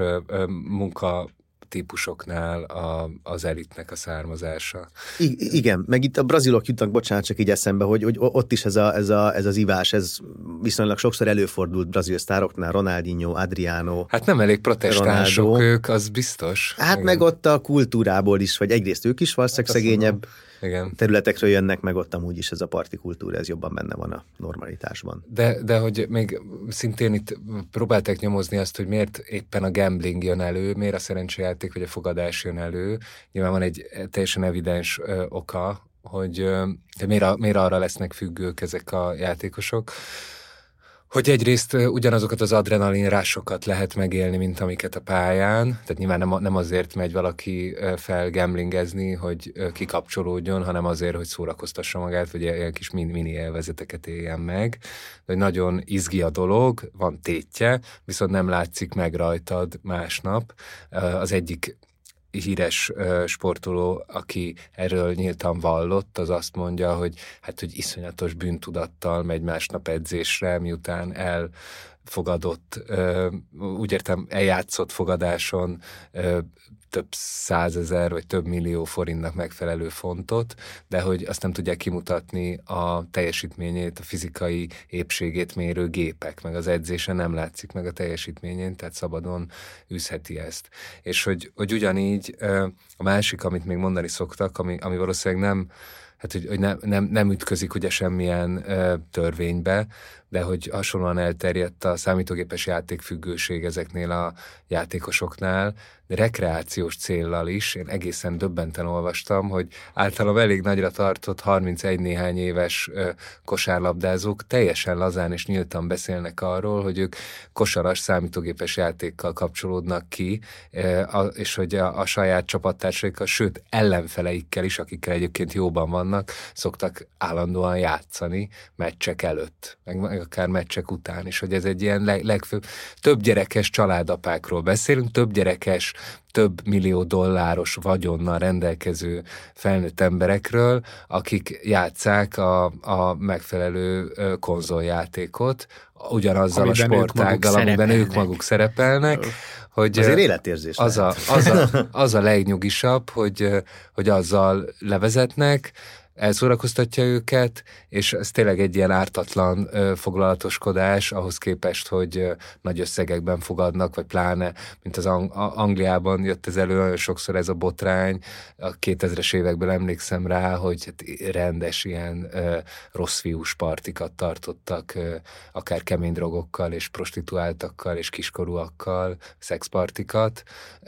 munkatípusoknál az elitnek a származása. Igen, meg itt a brazilok jutnak, bocsánat, csak így eszembe, hogy ott is ez az ivás, ez viszonylag sokszor előfordult brazil sztároknál, Ronaldinho, Adriano. Hát nem elég protestánsok Ronaldo. Ők, az biztos. Hát igen. Meg ott a kultúrából is, vagy egyrészt ők is valószínűleg szegényebb területekről jönnek, meg ott amúgy is ez a parti kultúra, ez jobban benne van a normalitásban. De hogy még szintén itt próbálták nyomozni azt, hogy miért éppen a gambling jön elő, miért a szerencsejáték vagy a fogadás jön elő. Nyilván van egy teljesen evidens oka, hogy miért arra lesznek függők ezek a játékosok. Hogy egyrészt ugyanazokat az adrenalinrásokat lehet megélni, mint amiket a pályán, tehát nyilván nem azért megy valaki fel gamblingezni, hogy kikapcsolódjon, hanem azért, hogy szórakoztassa magát, vagy ilyen kis mini élvezeteket éljen meg. De nagyon izgi a dolog, van tétje, viszont nem látszik meg rajtad másnap. Az egyik híres sportoló, aki erről nyíltan vallott, az azt mondja, hogy iszonyatos bűntudattal megy másnap edzésre, miután elfogadott, úgy értem, eljátszott fogadáson több 100 000 vagy több millió forintnak megfelelő fontot, de hogy azt nem tudják kimutatni a teljesítményét, a fizikai épségét mérő gépek, meg az edzésen nem látszik meg a teljesítményén, tehát szabadon űzheti ezt. És hogy ugyanígy a másik, amit még mondani szoktak, ami valószínűleg nem, hát hogy nem ütközik ugye semmilyen törvénybe, de hogy hasonlóan elterjedt a számítógépes játékfüggőség ezeknél a játékosoknál, de rekreációs céllal is. Én egészen döbbenten olvastam, hogy általában elég nagyra tartott 31 néhány éves kosárlabdázók teljesen lazán és nyíltan beszélnek arról, hogy ők kosaras számítógépes játékkal kapcsolódnak ki, és hogy a saját csapattársaik, sőt ellenfeleikkel is, akikkel egyébként jóban vannak, szoktak állandóan játszani meccsek előtt, meg akár meccsek után is, hogy ez egy ilyen legfőbb. Több gyerekes családapákról beszélünk, több gyerekes több millió dolláros vagyonnal rendelkező felnőtt emberekről, akik játsszák a megfelelő konzoljátékot, ugyanazzal amiben a sportággal, amiben ők maguk szerepelnek. Hogy azért életérzés az a legnyugisabb, hogy azzal levezetnek, elszórakoztatja őket, és ez tényleg egy ilyen ártatlan foglalatoskodás ahhoz képest, hogy nagy összegekben fogadnak, vagy pláne, mint az Angliában jött ez elő nagyon sokszor ez a botrány, a 2000-es években emlékszem rá, hogy rendes ilyen rossz fiús partikat tartottak, akár kemény drogokkal, és prostituáltakkal, és kiskorúakkal, szexpartikat.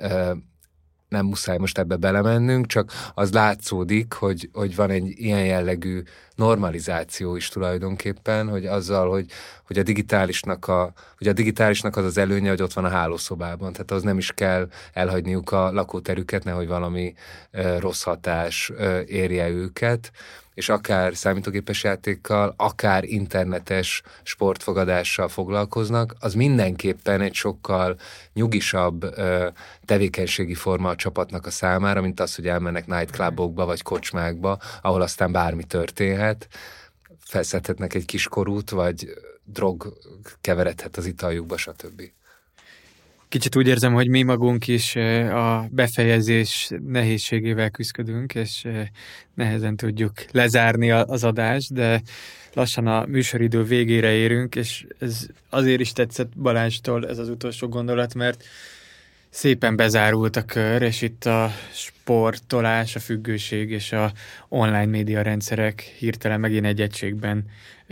Nem muszáj most ebbe belemennünk, csak az látszódik, hogy van egy ilyen jellegű normalizáció is tulajdonképpen, hogy azzal, hogy a digitálisnak az az előnye, hogy ott van a hálószobában, tehát az nem is kell elhagyniuk a lakóterüket, nehogy valami rossz hatás érje őket, és akár számítógépes játékkal, akár internetes sportfogadással foglalkoznak, az mindenképpen egy sokkal nyugisabb tevékenységi forma a csapatnak a számára, mint az, hogy elmennek nightclubokba vagy kocsmákba, ahol aztán bármi történhet, felszedhetnek egy kiskorút, vagy drog keveredhet az italjukba, stb. Kicsit úgy érzem, hogy mi magunk is a befejezés nehézségével küzdködünk, és nehezen tudjuk lezárni az adást, de lassan a műsoridő végére érünk, és ez azért is tetszett Balázstól ez az utolsó gondolat, mert szépen bezárult a kör, és itt a sportolás, a függőség és a online média rendszerek hirtelen megint egy egységben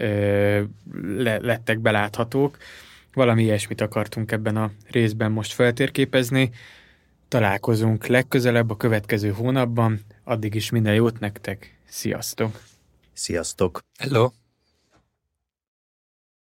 lettek beláthatók. Valami ilyesmit akartunk ebben a részben most feltérképezni. Találkozunk legközelebb a következő hónapban. Addig is minden jót nektek. Sziasztok! Sziasztok! Hello!